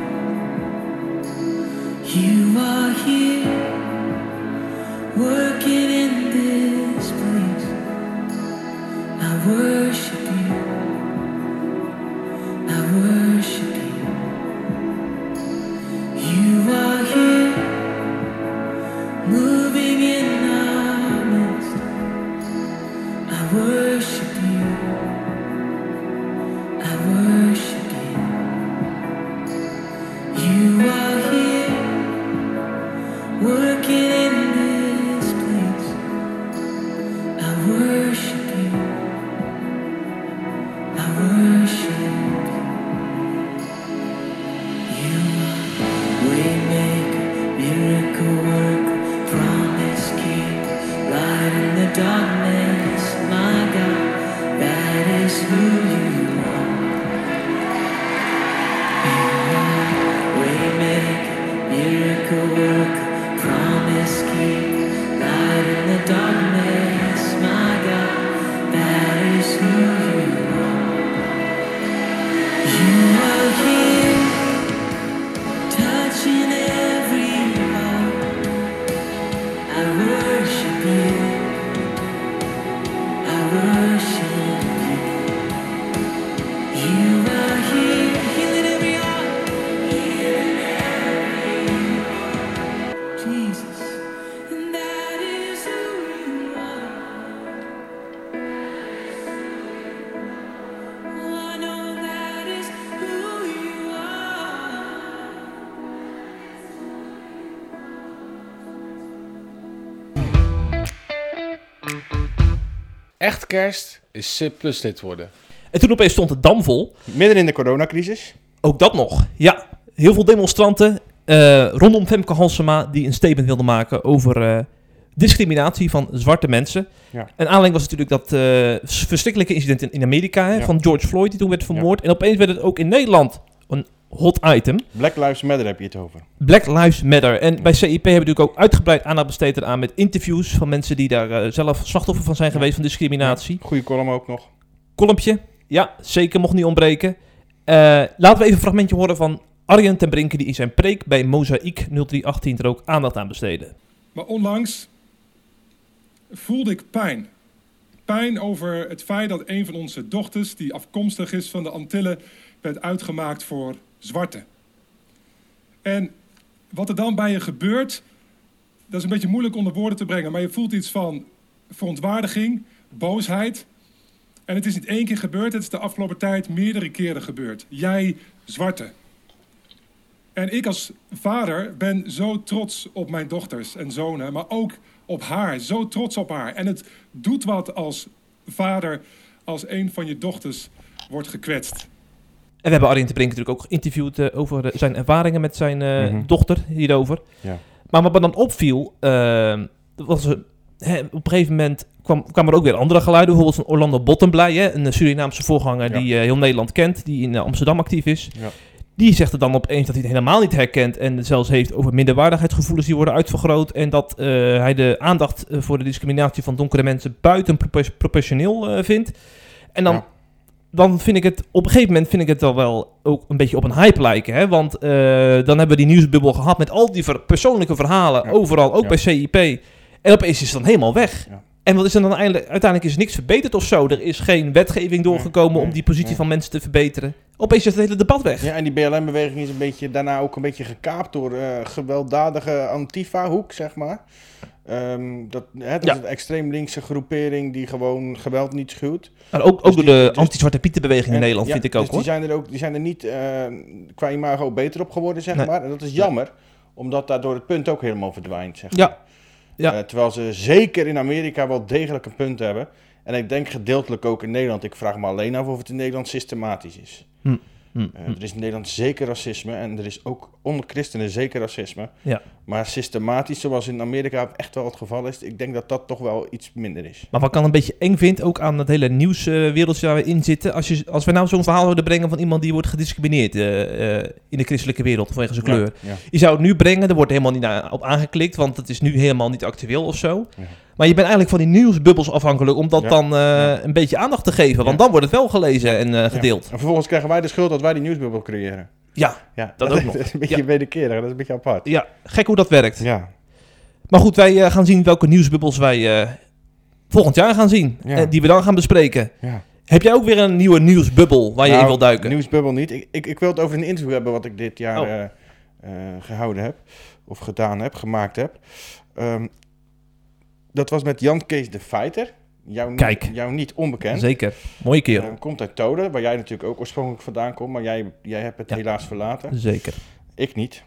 You are here, working in this place. I worship you. I worship you. You are here, moving in our midst. I worship you. I worship you. You are here, working in this place. I worship you. I worship you. You are waymaker, miracle worker, promise keeper, light in the darkness. My God, that is who you are. You are waymaker, miracle worker, promise keeper, light in the darkness. My God, that is who you are. You are here, touching every heart. I worship you. I worship you. You are here, healing every heart. Healing every heart. Jesus, and that is who you are. Oh, I know that is who you are. Echt kerst is S I P Plus lid worden. En toen opeens stond het dam vol. Midden in de coronacrisis. Ook dat nog. Ja, heel veel demonstranten uh, rondom Femke Halsema die een statement wilden maken over uh, discriminatie van zwarte mensen. Ja. En aanleiding was natuurlijk dat uh, verschrikkelijke incident in, in Amerika hè, Ja. van George Floyd die toen werd vermoord. Ja. En opeens werd het ook in Nederland een hot item. Black Lives Matter heb je het over. Black Lives Matter. En bij C I P hebben we natuurlijk ook uitgebreid aandacht besteed eraan met interviews van mensen die daar uh, zelf slachtoffer van zijn Ja. geweest van discriminatie. Ja, goede column ook nog. Kolompje, ja, zeker, mocht niet ontbreken. Uh, laten we even een fragmentje horen van Arjen ten Brinke die in zijn preek bij Mozaïek nul drie achttien er ook aandacht aan besteedde. Maar onlangs voelde ik pijn. Pijn over het feit dat een van onze dochters, die afkomstig is van de Antillen, werd uitgemaakt voor zwarte. En wat er dan bij je gebeurt, dat is een beetje moeilijk onder woorden te brengen, maar je voelt iets van verontwaardiging, boosheid. En het is niet één keer gebeurd, het is de afgelopen tijd meerdere keren gebeurd. Jij, zwarte. En ik als vader ben zo trots op mijn dochters en zonen, maar ook op haar, zo trots op haar. En het doet wat als vader, als een van je dochters wordt gekwetst. En we hebben Arjen ten Brinke natuurlijk ook geïnterviewd uh, over uh, zijn ervaringen met zijn uh, mm-hmm. dochter hierover. Ja. Maar wat me dan opviel, uh, was er, hè, op een gegeven moment kwam, kwamen er ook weer andere geluiden. Bijvoorbeeld van Orlando Bottenblij, hè, een Surinaamse voorganger ja. die uh, heel Nederland kent, die in uh, Amsterdam actief is. Ja. Die zegt er dan opeens dat hij het helemaal niet herkent en zelfs heeft over minderwaardigheidsgevoelens die worden uitvergroot. En dat uh, hij de aandacht uh, voor de discriminatie van donkere mensen buiten propor- proportioneel uh, vindt. En dan, ja. dan vind ik het, op een gegeven moment vind ik het al wel ook een beetje op een hype lijken. Hè? Want uh, dan hebben we die nieuwsbubbel gehad met al die ver- persoonlijke verhalen, ja. overal, ook ja. bij C I P. En opeens is het dan helemaal weg. Ja. En wat is er dan uiteindelijk? Uiteindelijk is niks verbeterd of zo. Er is geen wetgeving doorgekomen nee, om die positie nee. van mensen te verbeteren. Opeens is het hele debat weg. Ja, en die B L M-beweging is een beetje, daarna ook een beetje gekaapt door uh, gewelddadige Antifa-hoek, zeg maar. Um, dat hè, dat ja. is een extreem linkse groepering die gewoon geweld niet schuwt. En ook, ook dus door die, de dus, anti-Zwarte Pieten-beweging in en, Nederland, ja, vind ik ook, dus hoor. Die zijn er, ook, die zijn er niet uh, qua imago beter op geworden, zeg nee. maar. En dat is jammer, ja. omdat daardoor het punt ook helemaal verdwijnt, zeg maar. Ja. Ja. Uh, terwijl ze zeker in Amerika wel degelijk een punt hebben. En ik denk gedeeltelijk ook in Nederland. Ik vraag me alleen af of het in Nederland systematisch is. Hm. Hm, Uh, hm. er is in Nederland zeker racisme en er is ook onder christenen zeker racisme. Ja. Maar systematisch, zoals in Amerika echt wel het geval is, ik denk dat dat toch wel iets minder is. Maar wat ik dan een beetje eng vind, ook aan het hele nieuwswereldje waar we in zitten. Als, je, als we nou zo'n verhaal zouden brengen van iemand die wordt gediscrimineerd uh, uh, in de christelijke wereld vanwege zijn kleur. Ja, ja. Je zou het nu brengen, er wordt helemaal niet naar, op aangeklikt, want het is nu helemaal niet actueel of zo. Ja. Maar je bent eigenlijk van die nieuwsbubbels afhankelijk om dat Ja. dan uh, Ja. een beetje aandacht te geven. Want Ja. dan wordt het wel gelezen en uh, gedeeld. Ja. En vervolgens krijgen wij de schuld dat wij die nieuwsbubbel creëren. Ja, Ja, Dat ook nog. is een beetje Ja. wederkerig, dat is een beetje apart. ja, gek hoe dat werkt. Ja. Maar goed, wij uh, gaan zien welke nieuwsbubbels wij uh, volgend jaar gaan zien. Ja. Uh, die we dan gaan bespreken. Ja. Heb jij ook weer een nieuwe nieuwsbubbel waar je Nou, in wil duiken? Nieuwsbubbel niet. Ik, ik, ik wil het over een interview hebben wat ik dit jaar Oh. eh, eh, gehouden heb. Of gedaan heb, gemaakt heb. Um, dat was met Jan Kees de Fighter. Jou, Kijk. Niet, jou niet onbekend. Zeker, mooie kerel. Uh, komt uit Toden, waar jij natuurlijk ook oorspronkelijk vandaan komt. Maar jij, jij hebt het Ja. helaas verlaten. Zeker. Ik niet.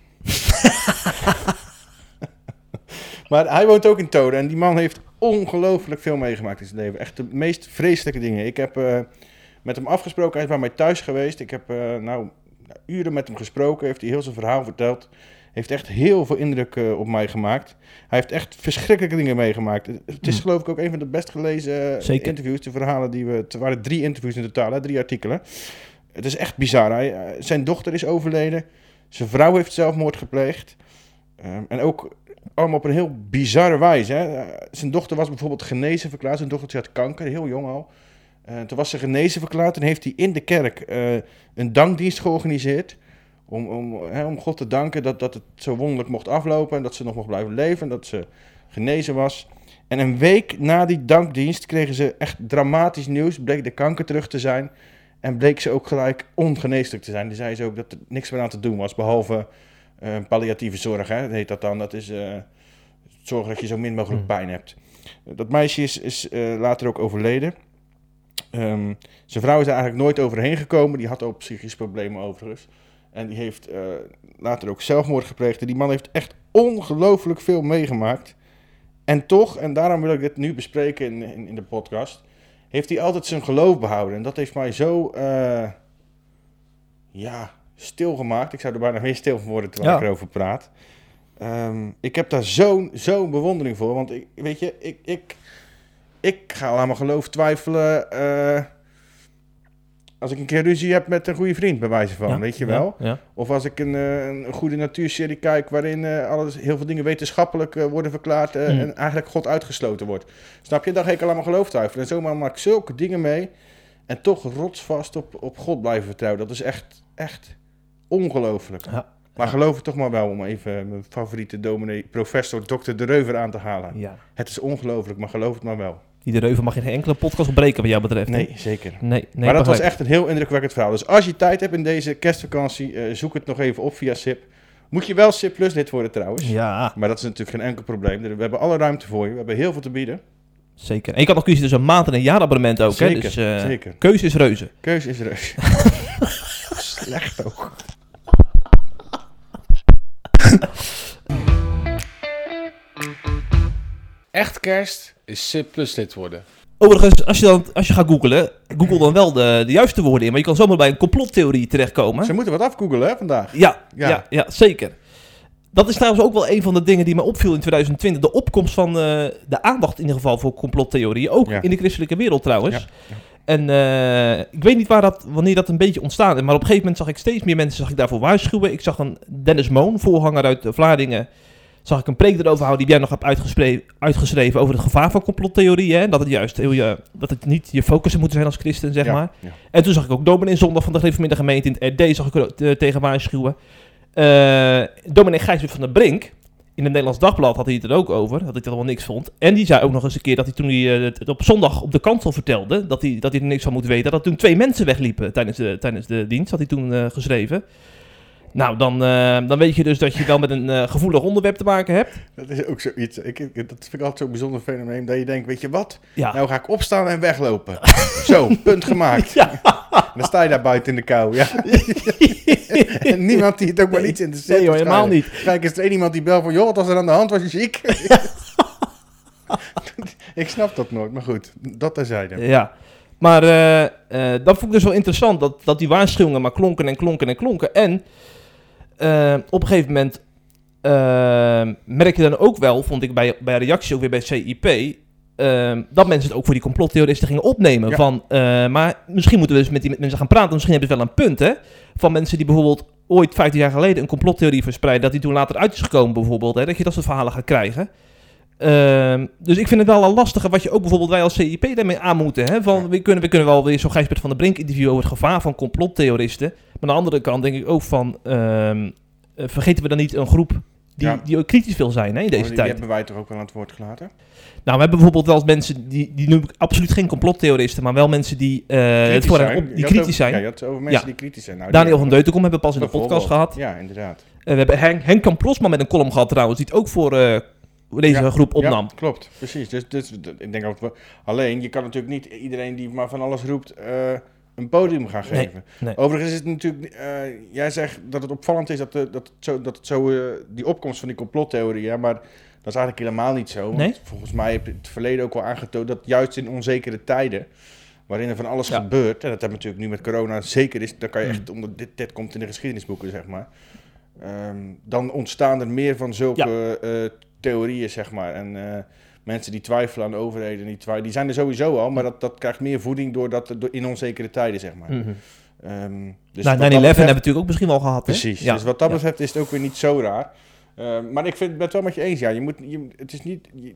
Maar hij woont ook in Toden. En die man heeft ongelooflijk veel meegemaakt in zijn leven. Echt de meest vreselijke dingen. Ik heb uh, met hem afgesproken. Hij is bij mij thuis geweest. Ik heb uh, nou uren met hem gesproken. Heeft hij heel zijn verhaal verteld. Heeft echt heel veel indruk uh, op mij gemaakt. Hij heeft echt verschrikkelijke dingen meegemaakt. Het is Hmm. geloof ik ook een van de best gelezen uh, Zeker. interviews. De verhalen die we... Het waren drie interviews in totaal, hè, drie artikelen. Het is echt bizar. Hij, uh, zijn dochter is overleden. Zijn vrouw heeft zelfmoord gepleegd. Um, en ook allemaal op een heel bizarre wijze. Hè. Uh, zijn dochter was bijvoorbeeld genezen verklaard. Zijn dochter had kanker, heel jong al. Uh, toen was ze genezen verklaard en heeft hij in de kerk uh, een dankdienst georganiseerd. Om, om, hè, om God te danken dat, dat het zo wonderlijk mocht aflopen. En dat ze nog mocht blijven leven. En dat ze genezen was. En een week na die dankdienst kregen ze echt dramatisch nieuws. Bleek de kanker terug te zijn. En bleek ze ook gelijk ongeneeslijk te zijn. Die zei ze ook dat er niks meer aan te doen was. Behalve uh, palliatieve zorg, hè, heet dat dan. Dat is uh, zorgen dat je zo min mogelijk pijn hebt. Dat meisje is, is uh, later ook overleden. Um, zijn vrouw is er eigenlijk nooit overheen gekomen. Die had ook psychische problemen overigens. En die heeft uh, later ook zelfmoord gepleegd. En die man heeft echt ongelooflijk veel meegemaakt. En toch, en daarom wil ik dit nu bespreken in, in, in de podcast, heeft hij altijd zijn geloof behouden. En dat heeft mij zo, uh, ja, stilgemaakt. Ik zou er bijna weer stil van worden terwijl Ja. ik erover praat. Um, ik heb daar zo'n zo'n bewondering voor. Want ik, weet je, ik, ik, ik ga al aan mijn geloof twijfelen uh, als ik een keer ruzie heb met een goede vriend, bij wijze van, Ja, weet je ja, wel. Ja. Of als ik een, uh, een goede natuurserie kijk waarin uh, alles, heel veel dingen wetenschappelijk uh, worden verklaard uh, Mm. en eigenlijk God uitgesloten wordt. Snap je? Dan ga ik al aan mijn geloof twijfelen. En zomaar maak ik zulke dingen mee en toch rotsvast op, op God blijven vertrouwen. Dat is echt, echt ongelooflijk. Ja. Maar geloof het toch maar wel, om even mijn favoriete dominee, professor dokter De Reuver aan te halen. Ja. Het is ongelooflijk, maar geloof het maar wel. Die de Reuven mag je geen enkele podcast breken wat jou betreft. hè? Nee, zeker. Nee, nee, maar dat was begrijp echt een heel indrukwekkend verhaal. Dus als je tijd hebt in deze kerstvakantie, uh, zoek het nog even op via S I P. Moet je wel S I P Plus lid worden trouwens. ik. Ja, Maar dat is natuurlijk geen enkel probleem. We hebben alle ruimte voor je. We hebben heel veel te bieden. zeker. En je kan nog kiezen tussen een maand en een jaarabonnement ook. Zeker, hè? Dus uh, zeker. keuze is reuze. Keuze is reus. Slecht ook. Echt kerst is S I P Plus lid worden. Overigens, als je, dan, als je gaat googlen, google dan wel de, de juiste woorden in. Maar je kan zomaar bij een complottheorie terechtkomen. Ze moeten wat afgoogelen hè, vandaag. Ja, ja. Ja. ja, zeker. Dat is trouwens ook wel een van de dingen die mij opviel in twintig twintig. De opkomst van uh, de aandacht in ieder geval voor complottheorieën. Ook Ja. in de christelijke wereld trouwens. Ja, ja. En uh, ik weet niet waar dat, wanneer dat een beetje ontstaan is. Maar op een gegeven moment zag ik steeds meer mensen zag ik daarvoor waarschuwen. Ik zag een Dennis Moon, voorganger uit Vlaardingen. Zag ik een preek erover houden die jij nog hebt uitgespre- uitgeschreven over het gevaar van complottheorieën. Hè? Dat het juist heel je, dat het niet je focus zou moeten zijn als christen, zeg Ja, maar. ja. En toen zag ik ook dominee Zondag van de gereformeerde gemeente in het R D zag ik er ook, uh, tegen waarschuwen. Uh, dominee Gijsbert van der Brink, in het Nederlands Dagblad had hij het er ook over, dat hij het helemaal niks vond. En die zei ook nog eens een keer dat hij toen hij uh, het op zondag op de kansel vertelde, dat hij, dat hij er niks van moet weten, dat toen twee mensen wegliepen tijdens de, tijdens de dienst, had hij toen uh, geschreven. Nou, dan, uh, dan weet je dus dat je wel met een uh, gevoelig onderwerp te maken hebt. Dat is ook zoiets. Ik, ik, dat vind ik altijd zo'n bijzonder fenomeen. Dat je denkt, weet je wat? Ja. Nou ga ik opstaan en weglopen. Zo, punt gemaakt. Ja. Dan sta je daar buiten in de kou. Ja. En niemand die het ook maar iets interesseert. Nee hoor, helemaal niet. Kijk, is er één iemand die belt van, joh, wat was er aan de hand? Was je ziek? Ik snap dat nooit, maar goed. Dat terzijde. Ja. Maar uh, uh, dat vond ik dus wel interessant, dat, dat die waarschuwingen maar klonken en klonken en klonken. En uh, op een gegeven moment uh, merk je dan ook wel, vond ik bij, bij reacties ook weer bij C I P... Uh, dat mensen het ook voor die complottheoristen gingen opnemen. Ja. Van, uh, maar misschien moeten we dus met die mensen gaan praten. Misschien hebben ze wel een punt, hè? Van mensen die bijvoorbeeld ooit vijftien jaar geleden een complottheorie verspreiden, dat die toen later uit is gekomen bijvoorbeeld. Hè? Dat je dat soort verhalen gaat krijgen. Uh, dus ik vind het wel een lastige wat je ook bijvoorbeeld wij als C I P daarmee aan moeten. Hè? Van, we, kunnen, we kunnen wel weer zo'n Gijsbert van der Brink interview over het gevaar van complottheoristen. Maar aan de andere kant denk ik ook van, uh, vergeten we dan niet een groep die, Ja. die ook kritisch wil zijn, hè, in deze die, die tijd. hebben wij toch ook wel aan het woord gelaten? Nou, we hebben bijvoorbeeld wel eens mensen, die, die noem ik absoluut geen complottheoristen, maar wel mensen die, uh, het voor hen op, die Je had kritisch over- zijn. Ja, je had het over mensen Ja. die kritisch zijn. Nou, Daniel die- van Deutenkom hebben we pas in de podcast bijvoorbeeld. gehad. Ja, inderdaad. Uh, we hebben Henk, Henk Kamp Prosman met een column gehad trouwens, die het ook voor uh, deze Ja. groep opnam. Ja, klopt. Precies. Dus, dus d- ik denk dat we... Alleen, je kan natuurlijk niet iedereen die maar van alles roept uh, een podium gaan Nee, geven. nee. Overigens is het natuurlijk... Uh, jij zegt dat het opvallend is dat, uh, dat het zo, dat het zo uh, die opkomst van die complottheorie, ja, maar dat is eigenlijk helemaal niet zo. Want Nee? volgens mij heb je het verleden ook wel aangetoond dat juist in onzekere tijden, waarin er van alles Ja. gebeurt, en dat hebben we natuurlijk nu met corona zeker is, dan kan je Mm. echt, onder dit, dit komt in de geschiedenisboeken, zeg maar. Um, dan ontstaan er meer van zulke uh, theorieën, zeg maar. En uh, mensen die twijfelen aan overheden, die, twijfelen, die zijn er sowieso al, maar dat, dat krijgt meer voeding doordat, door, in onzekere tijden, zeg maar. Mm-hmm. Um, dus Nou, wat nine eleven dat hebben we betreft- natuurlijk ook misschien wel gehad. Hè? Precies, Ja. dus wat dat Ja. betreft is het ook weer niet zo raar. Uh, maar ik vind het ben het wel met je eens, ja. Je moet, je, het is niet, je,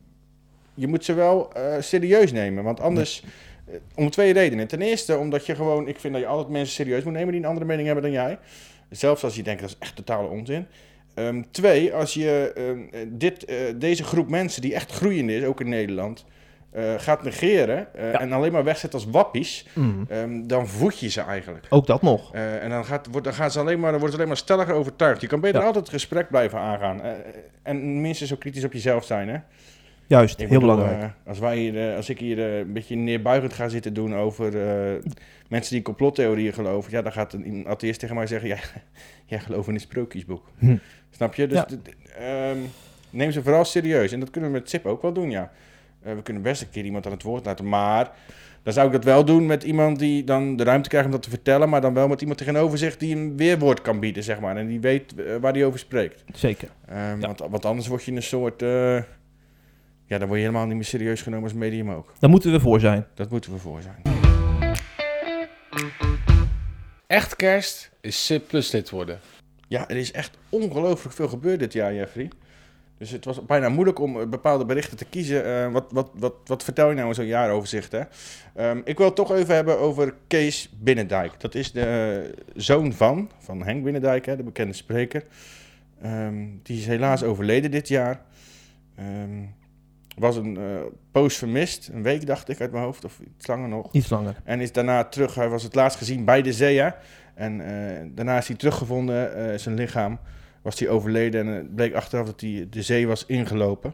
je moet ze wel uh, serieus nemen, want anders... uh, om twee redenen. Ten eerste omdat je gewoon... Ik vind dat je altijd mensen serieus moet nemen die een andere mening hebben dan jij. Zelfs als je denkt dat is echt totale onzin. Um, twee, als je um, dit, uh, deze groep mensen die echt groeiend is, ook in Nederland... Uh, gaat negeren uh, Ja. en alleen maar wegzet als wappies, Mm. um, dan voed je ze eigenlijk. Ook dat nog. Uh, en dan, gaat, wordt, dan, gaan ze alleen maar, dan worden ze alleen maar stelliger overtuigd. Je kan beter Ja. altijd het gesprek blijven aangaan. Uh, en minstens zo kritisch op jezelf zijn, hè? Juist, Ik heel bedoel, belangrijk. uh, als, wij hier, uh, als ik hier uh, een beetje neerbuigend ga zitten doen over uh, mensen die complottheorieën geloven, ja, dan gaat een, een atheïst tegen mij zeggen, ja, jij gelooft in een sprookjesboek. Hm. Snap je? Dus Ja. d- d- um, neem ze vooral serieus. En dat kunnen we met Sip ook wel doen, ja. Uh, we kunnen best een keer iemand aan het woord laten, maar dan zou ik dat wel doen met iemand die dan de ruimte krijgt om dat te vertellen, maar dan wel met iemand tegenover zich die een weerwoord kan bieden, zeg maar, en die weet uh, waar hij over spreekt. Zeker. Um, Ja. want, want anders word je een soort... Uh, ja, dan word je helemaal niet meer serieus genomen als medium ook. Daar moeten we voor zijn. Dat moeten we voor zijn. Echt kerst is C plus lid worden. Ja, er is echt ongelooflijk veel gebeurd dit jaar, Jeffrey. Dus het was bijna moeilijk om uh, bepaalde berichten te kiezen. Uh, wat, wat, wat, wat vertel je nou in zo'n jaaroverzicht, hè? Um, ik wil het toch even hebben over Kees Binnendijk. Dat is de uh, zoon van, van Henk Binnendijk, hè, de bekende spreker. Um, die is helaas overleden dit jaar. Um, was een uh, poos vermist, een week dacht ik uit mijn hoofd, of iets langer nog. Iets langer. En is daarna terug, hij was het laatst gezien bij de zee, hè? En uh, daarna is hij teruggevonden, uh, zijn lichaam, was hij overleden en het bleek achteraf dat hij de zee was ingelopen.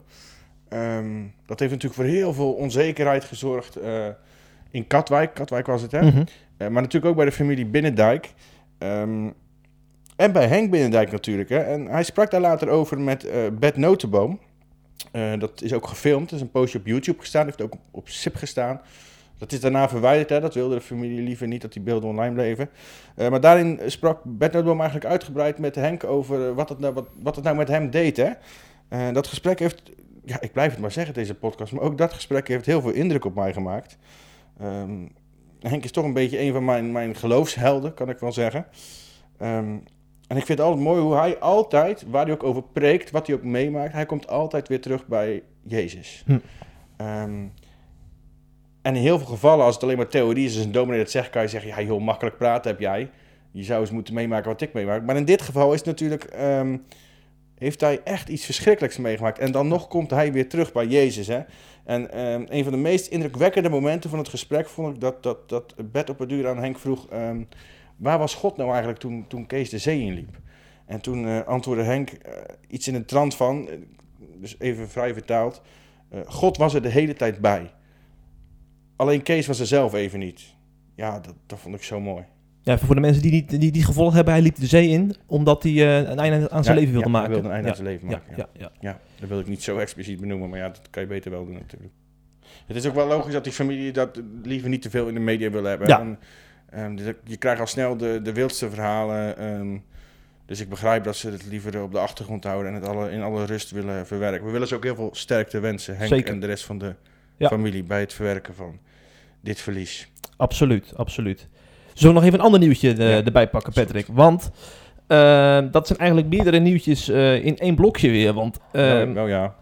Um, dat heeft natuurlijk voor heel veel onzekerheid gezorgd uh, in Katwijk, Katwijk was het, hè? Mm-hmm. Uh, maar natuurlijk ook bij de familie Binnendijk. Um, en bij Henk Binnendijk natuurlijk, hè? En hij sprak daar later over met uh, Bert Notenboom. Uh, dat is ook gefilmd, dat is een postje op YouTube gestaan, heeft ook op, op Sip gestaan. Dat is daarna verwijderd, hè? Dat wilde de familie liever niet, dat die beelden online bleven. Uh, maar daarin sprak Bert Notenboom eigenlijk uitgebreid met Henk over uh, wat, het nou, wat, wat het nou met hem deed, hè? Uh, dat gesprek heeft, ja, ik blijf het maar zeggen, deze podcast, maar ook dat gesprek heeft heel veel indruk op mij gemaakt. Um, Henk is toch een beetje een van mijn, mijn geloofshelden, kan ik wel zeggen. Um, En ik vind het altijd mooi hoe hij altijd, waar hij ook over preekt, wat hij ook meemaakt, hij komt altijd weer terug bij Jezus. Hm. Um, en in heel veel gevallen, als het alleen maar theorie is, als een dominee dat zegt, kan je zeggen, ja heel makkelijk praten heb jij. Je zou eens moeten meemaken wat ik meemaak. Maar in dit geval is het natuurlijk, um, heeft hij echt iets verschrikkelijks meegemaakt. En dan nog komt hij weer terug bij Jezus. Hè? En um, een van de meest indrukwekkende momenten van het gesprek vond ik dat, dat, dat Bert op het duur aan Henk vroeg, Um, waar was God nou eigenlijk toen, toen Kees de zee inliep? En toen uh, antwoordde Henk uh, iets in de trant van, uh, dus even vrij vertaald, uh, God was er de hele tijd bij. Alleen Kees was er zelf even niet. Ja, dat, dat vond ik zo mooi. Ja, voor de mensen die niet die, die gevolgd hebben, hij liep de zee in omdat hij uh, een einde aan zijn Ja, leven wilde ja, maken. hij wilde een einde ja. aan zijn leven Ja, maken. Ja. ja, ja. Ja, dat wil ik niet zo expliciet benoemen, maar ja, dat kan je beter wel doen natuurlijk. Het is ook wel logisch dat die familie dat liever niet te veel in de media wil hebben. Ja. En, um, dus je krijgt al snel de, de wildste verhalen. Um, dus ik begrijp dat ze het liever op de achtergrond houden en het alle, in alle rust willen verwerken. We willen ze ook heel veel sterkte wensen, Henk Zeker. en de rest van de Ja. familie, bij het verwerken van dit verlies. Absoluut, absoluut. Zullen we nog even een ander nieuwtje uh, Ja, erbij pakken, Patrick? Want uh, dat zijn eigenlijk meerdere nieuwtjes uh, in één blokje weer. Want uh, nou, nou ja,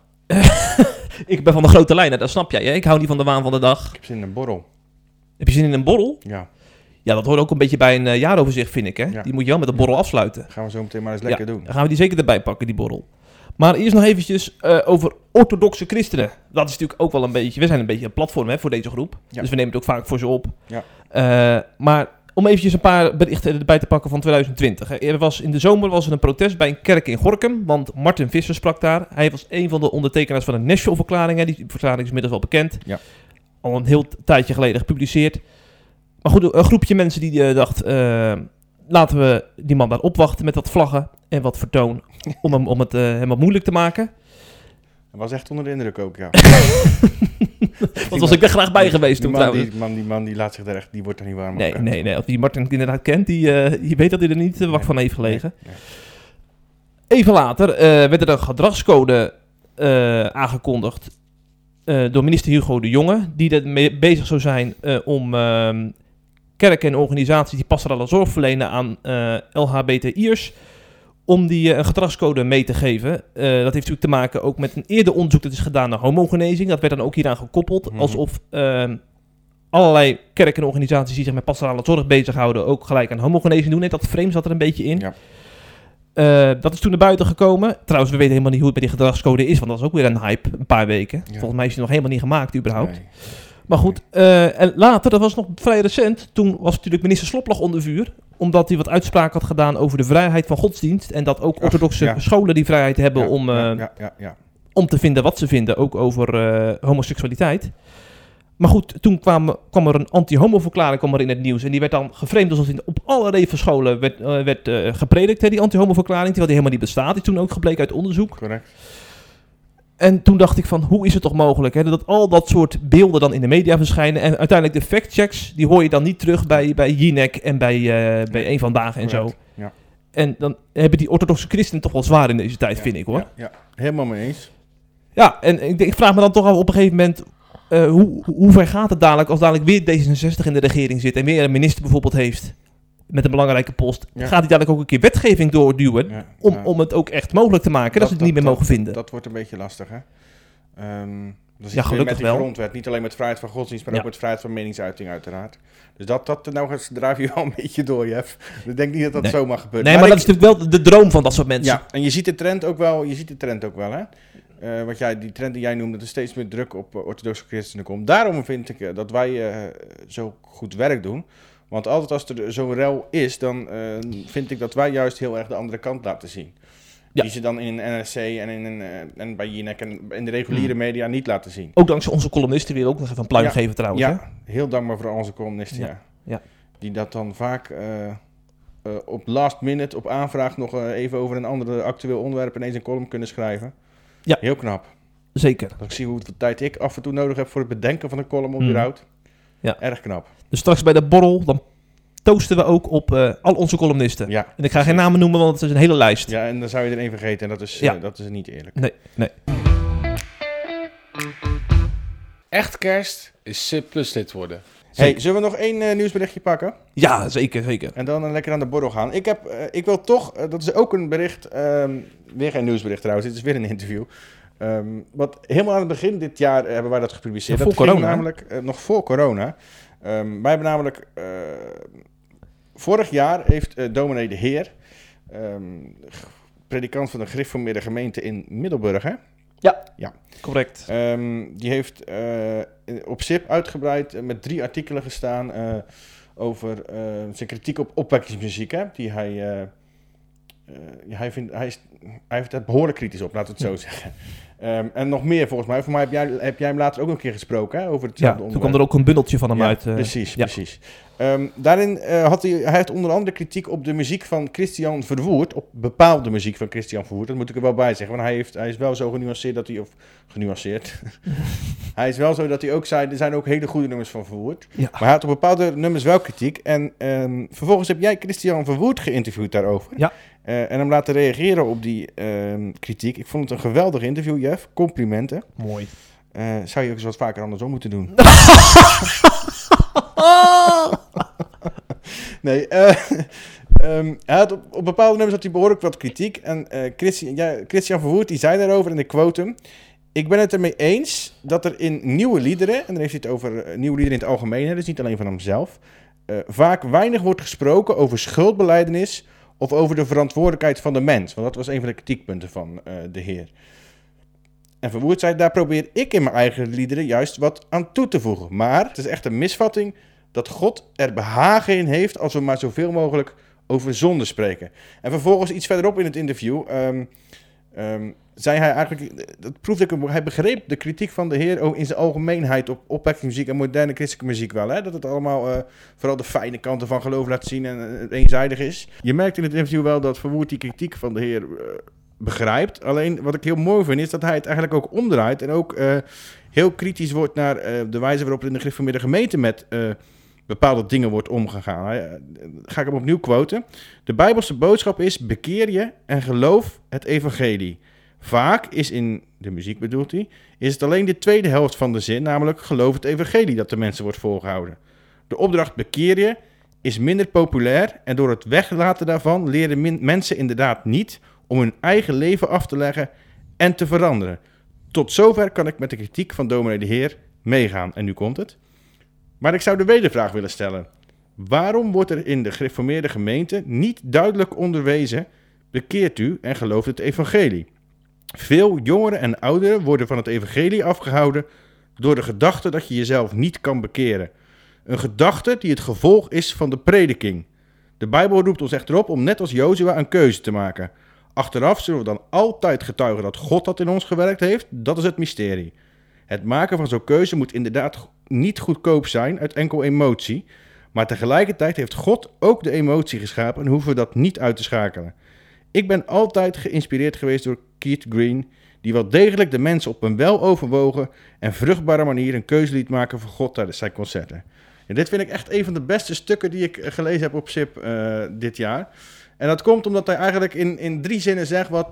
ik ben van de grote lijnen, dat snap jij. Hè? Ik hou niet van de waan van de dag. ik heb zin in een borrel. Heb je zin in een borrel? Ja, Ja, dat hoort ook een beetje bij een uh, jaaroverzicht, vind ik. Hè? Ja. Die moet je wel met een borrel afsluiten. gaan we zo meteen maar eens lekker Ja, doen. Dan gaan we die zeker erbij pakken, die borrel. Maar eerst nog eventjes uh, over orthodoxe christenen. Dat is natuurlijk ook wel een beetje... We zijn een beetje een platform, hè, voor deze groep. Ja. Dus we nemen het ook vaak voor ze op. Ja. Uh, maar om eventjes een paar berichten erbij te pakken van twintig twintig. Hè. Er was, in de zomer was er een protest bij een kerk in Gorinchem. Want Martin Visser sprak daar. Hij was een van de ondertekenaars van de Nashville-verklaring. Hè. Die verklaring is inmiddels wel bekend. Ja. Al een heel tijdje geleden gepubliceerd. Maar goed, een groepje mensen die uh, dacht... Uh, laten we die man daar opwachten met wat vlaggen en wat vertoon. Om, hem, om het uh, hem wat moeilijk te maken. Dat was echt onder de indruk ook, ja. Want was ik er graag bij geweest die toen man, trouwens. die, man, die man die laat zich daar echt, die wordt er niet warm Nee, op. nee, nee. Als die Martin inderdaad kent, die, uh, die weet dat hij er niet uh, wacht Nee, van heeft gelegen. Nee, nee. Even later uh, werd er een gedragscode uh, aangekondigd uh, door minister Hugo de Jonge, die er mee bezig zou zijn uh, om uh, kerken en organisaties die pastorale zorg verlenen aan uh, L H B T I'ers, om die uh, een gedragscode mee te geven. Uh, dat heeft natuurlijk te maken ook met een eerder onderzoek dat is gedaan naar homogenezing. Dat werd dan ook hieraan gekoppeld, Mhm. alsof uh, allerlei kerken en organisaties die zich met pastorale zorg bezighouden ook gelijk aan homogenezing doen. Net dat frame zat er een beetje in. Ja. Uh, dat is toen naar buiten gekomen. Trouwens, we weten helemaal niet hoe het met die gedragscode is, want dat was ook weer een hype, een paar weken. Ja. Volgens mij is die nog helemaal niet gemaakt überhaupt. Nee. Maar goed, uh, en later, dat was nog vrij recent, toen was natuurlijk minister Sloplag onder vuur, omdat hij wat uitspraak had gedaan over de vrijheid van godsdienst en dat ook Ach, orthodoxe ja. scholen die vrijheid hebben Ja, om, uh, ja, ja, ja, ja. om te vinden wat ze vinden, ook over uh, homoseksualiteit. Maar goed, toen kwam, kwam er een anti-homo-verklaring kwam er in het nieuws. En die werd dan geframed alsof die op alle revenscholen werd, uh, werd uh, gepredikt, hè, die anti-homo-verklaring. Terwijl die helemaal niet bestaat. Die is toen ook gebleken uit onderzoek. Correct. En toen dacht ik van, hoe is het toch mogelijk hè, dat al dat soort beelden dan in de media verschijnen. En uiteindelijk de factchecks, die hoor je dan niet terug bij, bij Jinek en bij, uh, bij Eén Vandaag en Correct. zo. Ja. En dan hebben die orthodoxe christenen toch wel zwaar in deze tijd, Ja, vind ik hoor. Ja, ja. Helemaal mee eens. Ja, en ik, denk- ik vraag me dan toch af op een gegeven moment... Uh, hoe, hoe ver gaat het dadelijk als dadelijk weer D zesenzestig in de regering zit... en weer een minister bijvoorbeeld heeft met een belangrijke post... Ja. gaat hij dadelijk ook een keer wetgeving doorduwen... Ja, om, ja. om het ook echt mogelijk te maken... dat, ze het niet meer dat, mogen vinden. Dat wordt een beetje lastig, hè? Um, dan zit Ja, je weer gelukkig met die wel. grondwet. Niet alleen met vrijheid van godsdienst, maar Ja. ook met vrijheid van meningsuiting uiteraard. Dus dat, dat nou gaat- drijf je wel een beetje door, Jeff. Ik denk niet dat dat Nee. zomaar gebeurt. nee, maar, dat ik- is natuurlijk wel de droom van dat soort mensen. Ja, en je ziet de trend ook wel, je ziet de trend ook wel, hè? Uh, wat jij, die trend die jij noemde, dat er steeds meer druk op uh, orthodoxe christenen komt. Daarom vind ik uh, dat wij uh, zo goed werk doen. Want altijd als er zo'n rel is, dan uh, vind ik dat wij juist heel erg de andere kant laten zien. Ja. Die ze dan in een N R C en, in een, uh, en bij Jinek en in de reguliere media niet laten zien. Ook dankzij onze columnisten weer ook nog even een pluim Ja. geven trouwens. Hè? Ja, heel dankbaar voor onze columnisten, ja. Ja. Ja. Die dat dan vaak uh, uh, op last minute, op aanvraag, nog uh, even over een ander actueel onderwerp ineens een column kunnen schrijven. Ja. Heel knap. Zeker. Dat ik zie hoeveel tijd ik af en toe nodig heb voor het bedenken van een column op Hmm. überhaupt. Ja. Erg knap. Dus straks bij de borrel, dan toosten we ook op uh, al onze columnisten. Ja. En ik ga geen namen noemen, want het is een hele lijst. Ja, en dan zou je er één vergeten en dat is, Ja. uh, dat is niet eerlijk. Nee, nee. Echt kerst is C plus lid worden. Hey, zullen we nog één uh, nieuwsberichtje pakken? Ja, zeker, zeker. En dan uh, lekker aan de borrel gaan. Ik, heb, uh, ik wil toch, uh, dat is ook een bericht, um, weer geen nieuwsbericht trouwens, dit is weer een interview. Um, wat helemaal aan het begin dit jaar uh, hebben wij dat gepubliceerd. Ja, dat voor ging corona, hè? namelijk uh, nog voor corona. Um, wij hebben namelijk, uh, vorig jaar heeft uh, dominee de Heer, um, predikant van de gereformeerde gemeente in Middelburg, hè? Correct. Um, die heeft uh, op S I P uitgebreid uh, met drie artikelen gestaan uh, over uh, zijn kritiek op opwekkingsmuziek, hè, die hij, uh, uh, ja, hij, vindt, hij, is, hij heeft het behoorlijk kritisch op, laten we het zo zeggen. Um, en nog meer volgens mij. Voor mij heb jij, heb jij hem later ook nog een keer gesproken, hè, over Ja, hetzelfde toen onderwerp. kwam er ook een bundeltje van hem Ja, uit. uh, precies, ja. precies. Um, daarin uh, had hij, hij heeft onder andere kritiek op de muziek van Christian Verwoerd, op bepaalde muziek van Christian Verwoerd, dat moet ik er wel bij zeggen, want hij, heeft, hij is wel zo genuanceerd dat hij, of genuanceerd, Hij is wel zo dat hij ook zei, er zijn ook hele goede nummers van Verwoerd. Ja. Maar hij had op bepaalde nummers wel kritiek. En ehm, vervolgens heb jij Christian Verwoerd geïnterviewd daarover. Ja. Uh, en hem laten reageren op die ehm, kritiek. Ik vond het een geweldig interview, Jeff. Complimenten. Mooi. Uh, zou je ook eens wat vaker andersom moeten doen? nee, uh, um, hij had op, op bepaalde nummers had hij behoorlijk wat kritiek. En uh, Christian, ja, Christian Verwoerd die zei daarover, en ik quote hem: ik ben het ermee eens dat er in nieuwe liederen, en dan heeft hij het over uh, nieuwe liederen in het algemeen, hè, dus niet alleen van hemzelf, uh, vaak weinig wordt gesproken over schuldbelijdenis of over de verantwoordelijkheid van de mens. Want dat was een van de kritiekpunten van uh, de Heer. En Verwoerd zei, daar probeer ik in mijn eigen liederen juist wat aan toe te voegen. Maar het is echt een misvatting dat God er behagen in heeft als we maar zoveel mogelijk over zonde spreken. En vervolgens iets verderop in het interview um, um, zei hij eigenlijk, dat proefde ik, hij begreep de kritiek van de Heer ook in zijn algemeenheid op opwekkingsmuziek en moderne christelijke muziek wel. Hè? Dat het allemaal uh, vooral de fijne kanten van geloof laat zien en uh, eenzijdig is. Je merkt in het interview wel dat Verwoerd die kritiek van de Heer uh, begrijpt. Alleen wat ik heel mooi vind is dat hij het eigenlijk ook omdraait en ook uh, heel kritisch wordt naar uh, de wijze waarop er in de gereformeerde gemeente met uh, bepaalde dingen wordt omgegaan. Hij, uh, ga ik hem opnieuw quoten. De Bijbelse boodschap is: bekeer je en geloof het evangelie. Vaak is in de muziek, bedoelt hij, is het alleen de tweede helft van de zin, namelijk geloof het evangelie, dat de mensen wordt voorgehouden. De opdracht bekeer je is minder populair en door het weglaten daarvan leren min- mensen inderdaad niet om hun eigen leven af te leggen en te veranderen. Tot zover kan ik met de kritiek van dominee de Heer meegaan. En nu komt het. Maar ik zou de wedervraag willen stellen. Waarom wordt er in de gereformeerde gemeente niet duidelijk onderwezen: bekeert u en gelooft het evangelie? Veel jongeren en ouderen worden van het evangelie afgehouden door de gedachte dat je jezelf niet kan bekeren. Een gedachte die het gevolg is van de prediking. De Bijbel roept ons echter op om net als Jozua een keuze te maken. Achteraf zullen we dan altijd getuigen dat God dat in ons gewerkt heeft. Dat is het mysterie. Het maken van zo'n keuze moet inderdaad niet goedkoop zijn uit enkel emotie. Maar tegelijkertijd heeft God ook de emotie geschapen en hoeven we dat niet uit te schakelen. Ik ben altijd geïnspireerd geweest door Keith Green, die wel degelijk de mensen op een weloverwogen en vruchtbare manier een keuze liet maken voor God tijdens zijn concerten. En dit vind ik echt een van de beste stukken die ik gelezen heb op S I P uh, dit jaar. En dat komt omdat hij eigenlijk in, in drie zinnen zegt wat,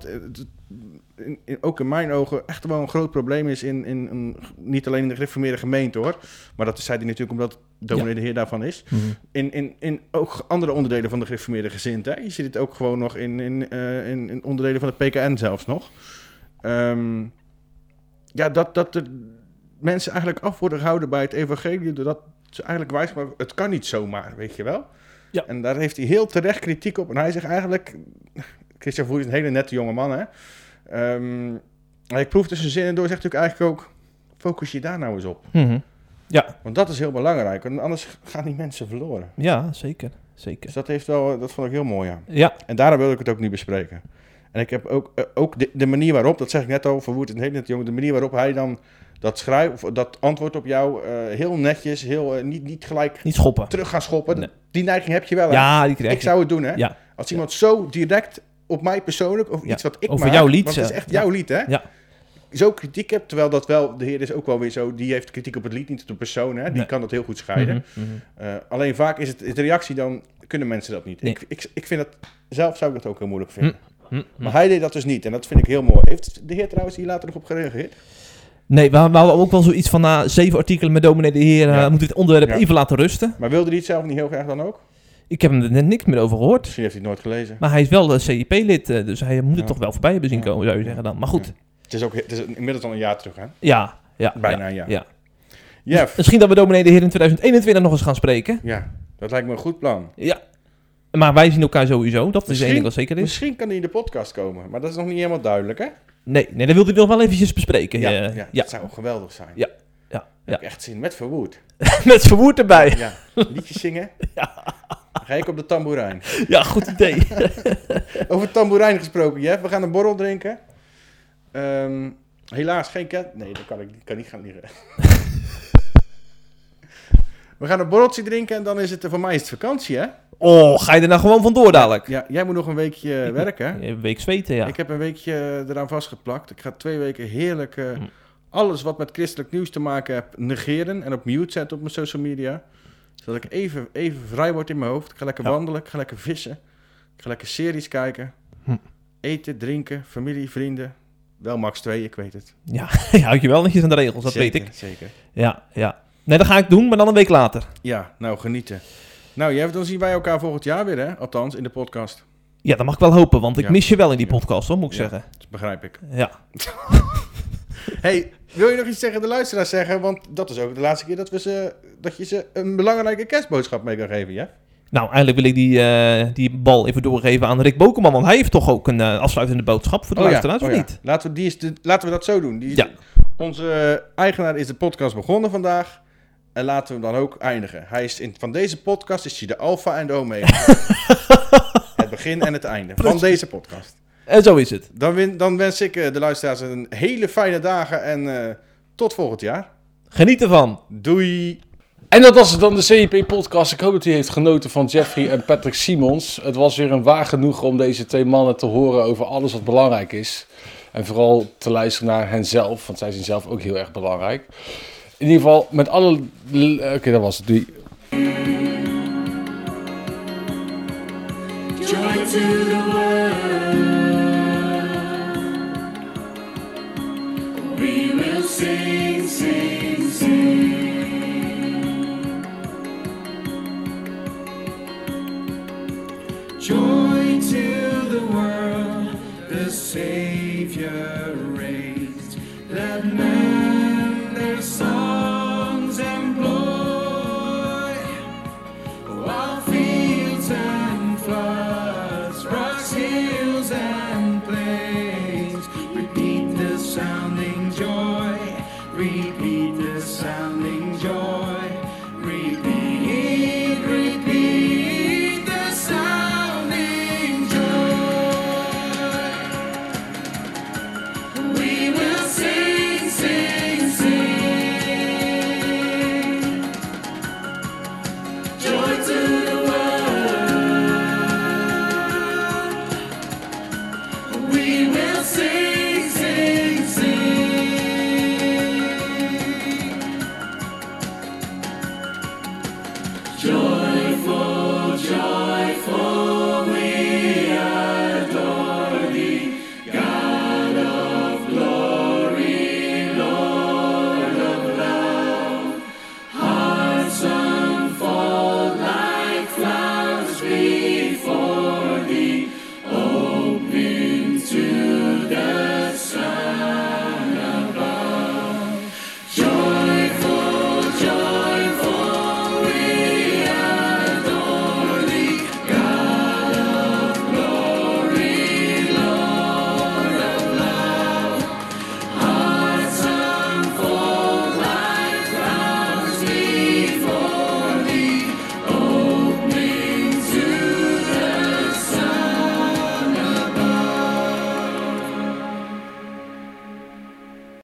in, in, ook in mijn ogen, echt wel een groot probleem is. In, in, in, niet alleen in de gereformeerde gemeente hoor, maar dat zei hij natuurlijk omdat dominee de Heer daarvan is. Mm-hmm. In, in, in ook andere onderdelen van de gereformeerde gezindte. Hè. Je ziet het ook gewoon nog in, in, uh, in, in onderdelen van de P K N zelfs nog. Um, ja, dat, dat de mensen eigenlijk af worden gehouden bij het evangelie, doordat ze eigenlijk wijs, maar het kan niet zomaar, weet je wel. Ja. En daar heeft hij heel terecht kritiek op. En hij zegt eigenlijk, Christian Verwoerd is een hele nette jonge man, hè. Um, ik proef tussen zinnen door, zegt natuurlijk eigenlijk ook, focus je daar nou eens op. Mm-hmm. Ja. Want dat is heel belangrijk, want anders gaan die mensen verloren. Ja, zeker. zeker. Dus dat, heeft wel, dat vond ik heel mooi, ja. Ja. En daarom wil ik het ook niet bespreken. En ik heb ook, uh, ook de, de manier waarop, dat zeg ik net al, Verwoerd is een hele nette jongen, de manier waarop hij dan dat schrijft, of dat antwoord op jou, uh, heel netjes, heel, uh, niet, niet gelijk niet schoppen. terug gaan schoppen. Nee. Die neiging heb je wel, hè? Ja, die krijg je. Ik zou het doen, hè? Ja. Als iemand ja. zo direct op mij persoonlijk, of ja. iets wat ik over maak, jouw lied, want het is echt ja. jouw lied, hè? Ja. Zo kritiek hebt, terwijl dat wel, de Heer is ook wel weer zo, die heeft kritiek op het lied, niet op de persoon, hè? Die nee. kan dat heel goed scheiden. Mm-hmm, mm-hmm. Uh, alleen vaak is het is de reactie, dan kunnen mensen dat niet. Nee. Ik, ik, ik vind dat, zelf zou ik dat ook heel moeilijk vinden. Mm-hmm. Maar hij deed dat dus niet en dat vind ik heel mooi. Heeft de Heer trouwens hier later nog op gereageerd? Nee, we hadden ook wel zoiets van na zeven artikelen met dominee de Heer, ja. uh, moeten we het onderwerp ja. even laten rusten. Maar wilde hij het zelf niet heel graag dan ook? Ik heb hem er net niks meer over gehoord. Misschien heeft hij het nooit gelezen. Maar hij is wel C I P-lid, uh, dus hij moet het ja. toch wel voorbij hebben zien komen, zou je zeggen dan. Maar goed. Ja. Het is ook het is inmiddels al een jaar terug, hè? Ja, ja. Bijna ja, een jaar. Ja. Jeff. Misschien dat we dominee de Heer in twintig eenentwintig nog eens gaan spreken. Ja, dat lijkt me een goed plan. Ja. Maar wij zien elkaar sowieso, dat is één ding wat zeker is. Misschien kan hij in de podcast komen, maar dat is nog niet helemaal duidelijk, hè? Nee, nee, dat wilde ik nog wel eventjes bespreken. Ja, Uh, ja, ja. dat zou geweldig zijn. Ja, ja. Dat heb ik echt zin met Verwoerd. Met Verwoerd erbij. Ja, liedjes zingen. Ja. Dan ga ik op de tamboerijn. Ja, goed idee. Over tamboerijn gesproken, Jeff. We gaan een borrel drinken. Um, helaas geen ket. Nee, dat kan ik kan niet gaan liggen. We gaan een borreltje drinken en dan is het, voor mij is het vakantie, hè? Oh, ga je er nou gewoon vandoor dadelijk? Ja, jij moet nog een weekje ik werken. Een week zweten, ja. Ik heb een weekje eraan vastgeplakt. Ik ga twee weken heerlijk uh, alles wat met christelijk nieuws te maken heeft negeren en op mute zetten op mijn social media. Zodat ik even, even vrij word in mijn hoofd. Ik ga lekker Ja. wandelen, ik ga lekker vissen. Ik ga lekker series kijken. Hm. Eten, drinken, familie, vrienden. Wel max twee, ik weet het. Ja, je houdt je wel netjes aan de regels, dat Zeker, weet ik. Zeker. Ja, ja. Nee, dat ga ik doen, maar dan een week later. Ja, nou genieten. Nou, jij, dan zien wij elkaar volgend jaar weer, hè? Althans, in de podcast. Ja, dat mag ik wel hopen, want ik Ja. mis je wel in die Ja. podcast, hoor, moet ik Ja. zeggen. Dat begrijp ik. Ja. Hey, wil je nog iets tegen de luisteraars zeggen? Want dat is ook de laatste keer dat, we ze, dat je ze een belangrijke kerstboodschap mee kan geven, ja? Nou, eigenlijk wil ik die, eh, die bal even doorgeven aan Rick Bokelman, want hij heeft toch ook een uh, afsluitende boodschap voor de luisteraars, oh of ja. niet? Laten we, die is de, laten we dat zo doen. Die is- Ja. Onze eigenaar is de podcast begonnen vandaag. En laten we hem dan ook eindigen. Hij is in, van deze podcast is hij de alfa en de omega. Het begin en het einde van deze podcast. En zo is het. Dan, win, dan wens ik uh, de luisteraars een hele fijne dagen en uh, tot volgend jaar. Geniet ervan. Doei! En dat was het dan, de C I P-podcast. Ik hoop dat u heeft genoten van Jeffrey en Patrick Simons. Het was weer een waar genoegen om deze twee mannen te horen over alles wat belangrijk is. En vooral te luisteren naar henzelf, want zij zijn zelf ook heel erg belangrijk. In ieder geval, met alle... Oké, okay, dat was het. Doei. Joy to the world. We will sing, sing, sing. Joy to the world, the Savior raised. Let men their songs employ, while fields and floods, rocks, hills and plains repeat the sounding joy, repeat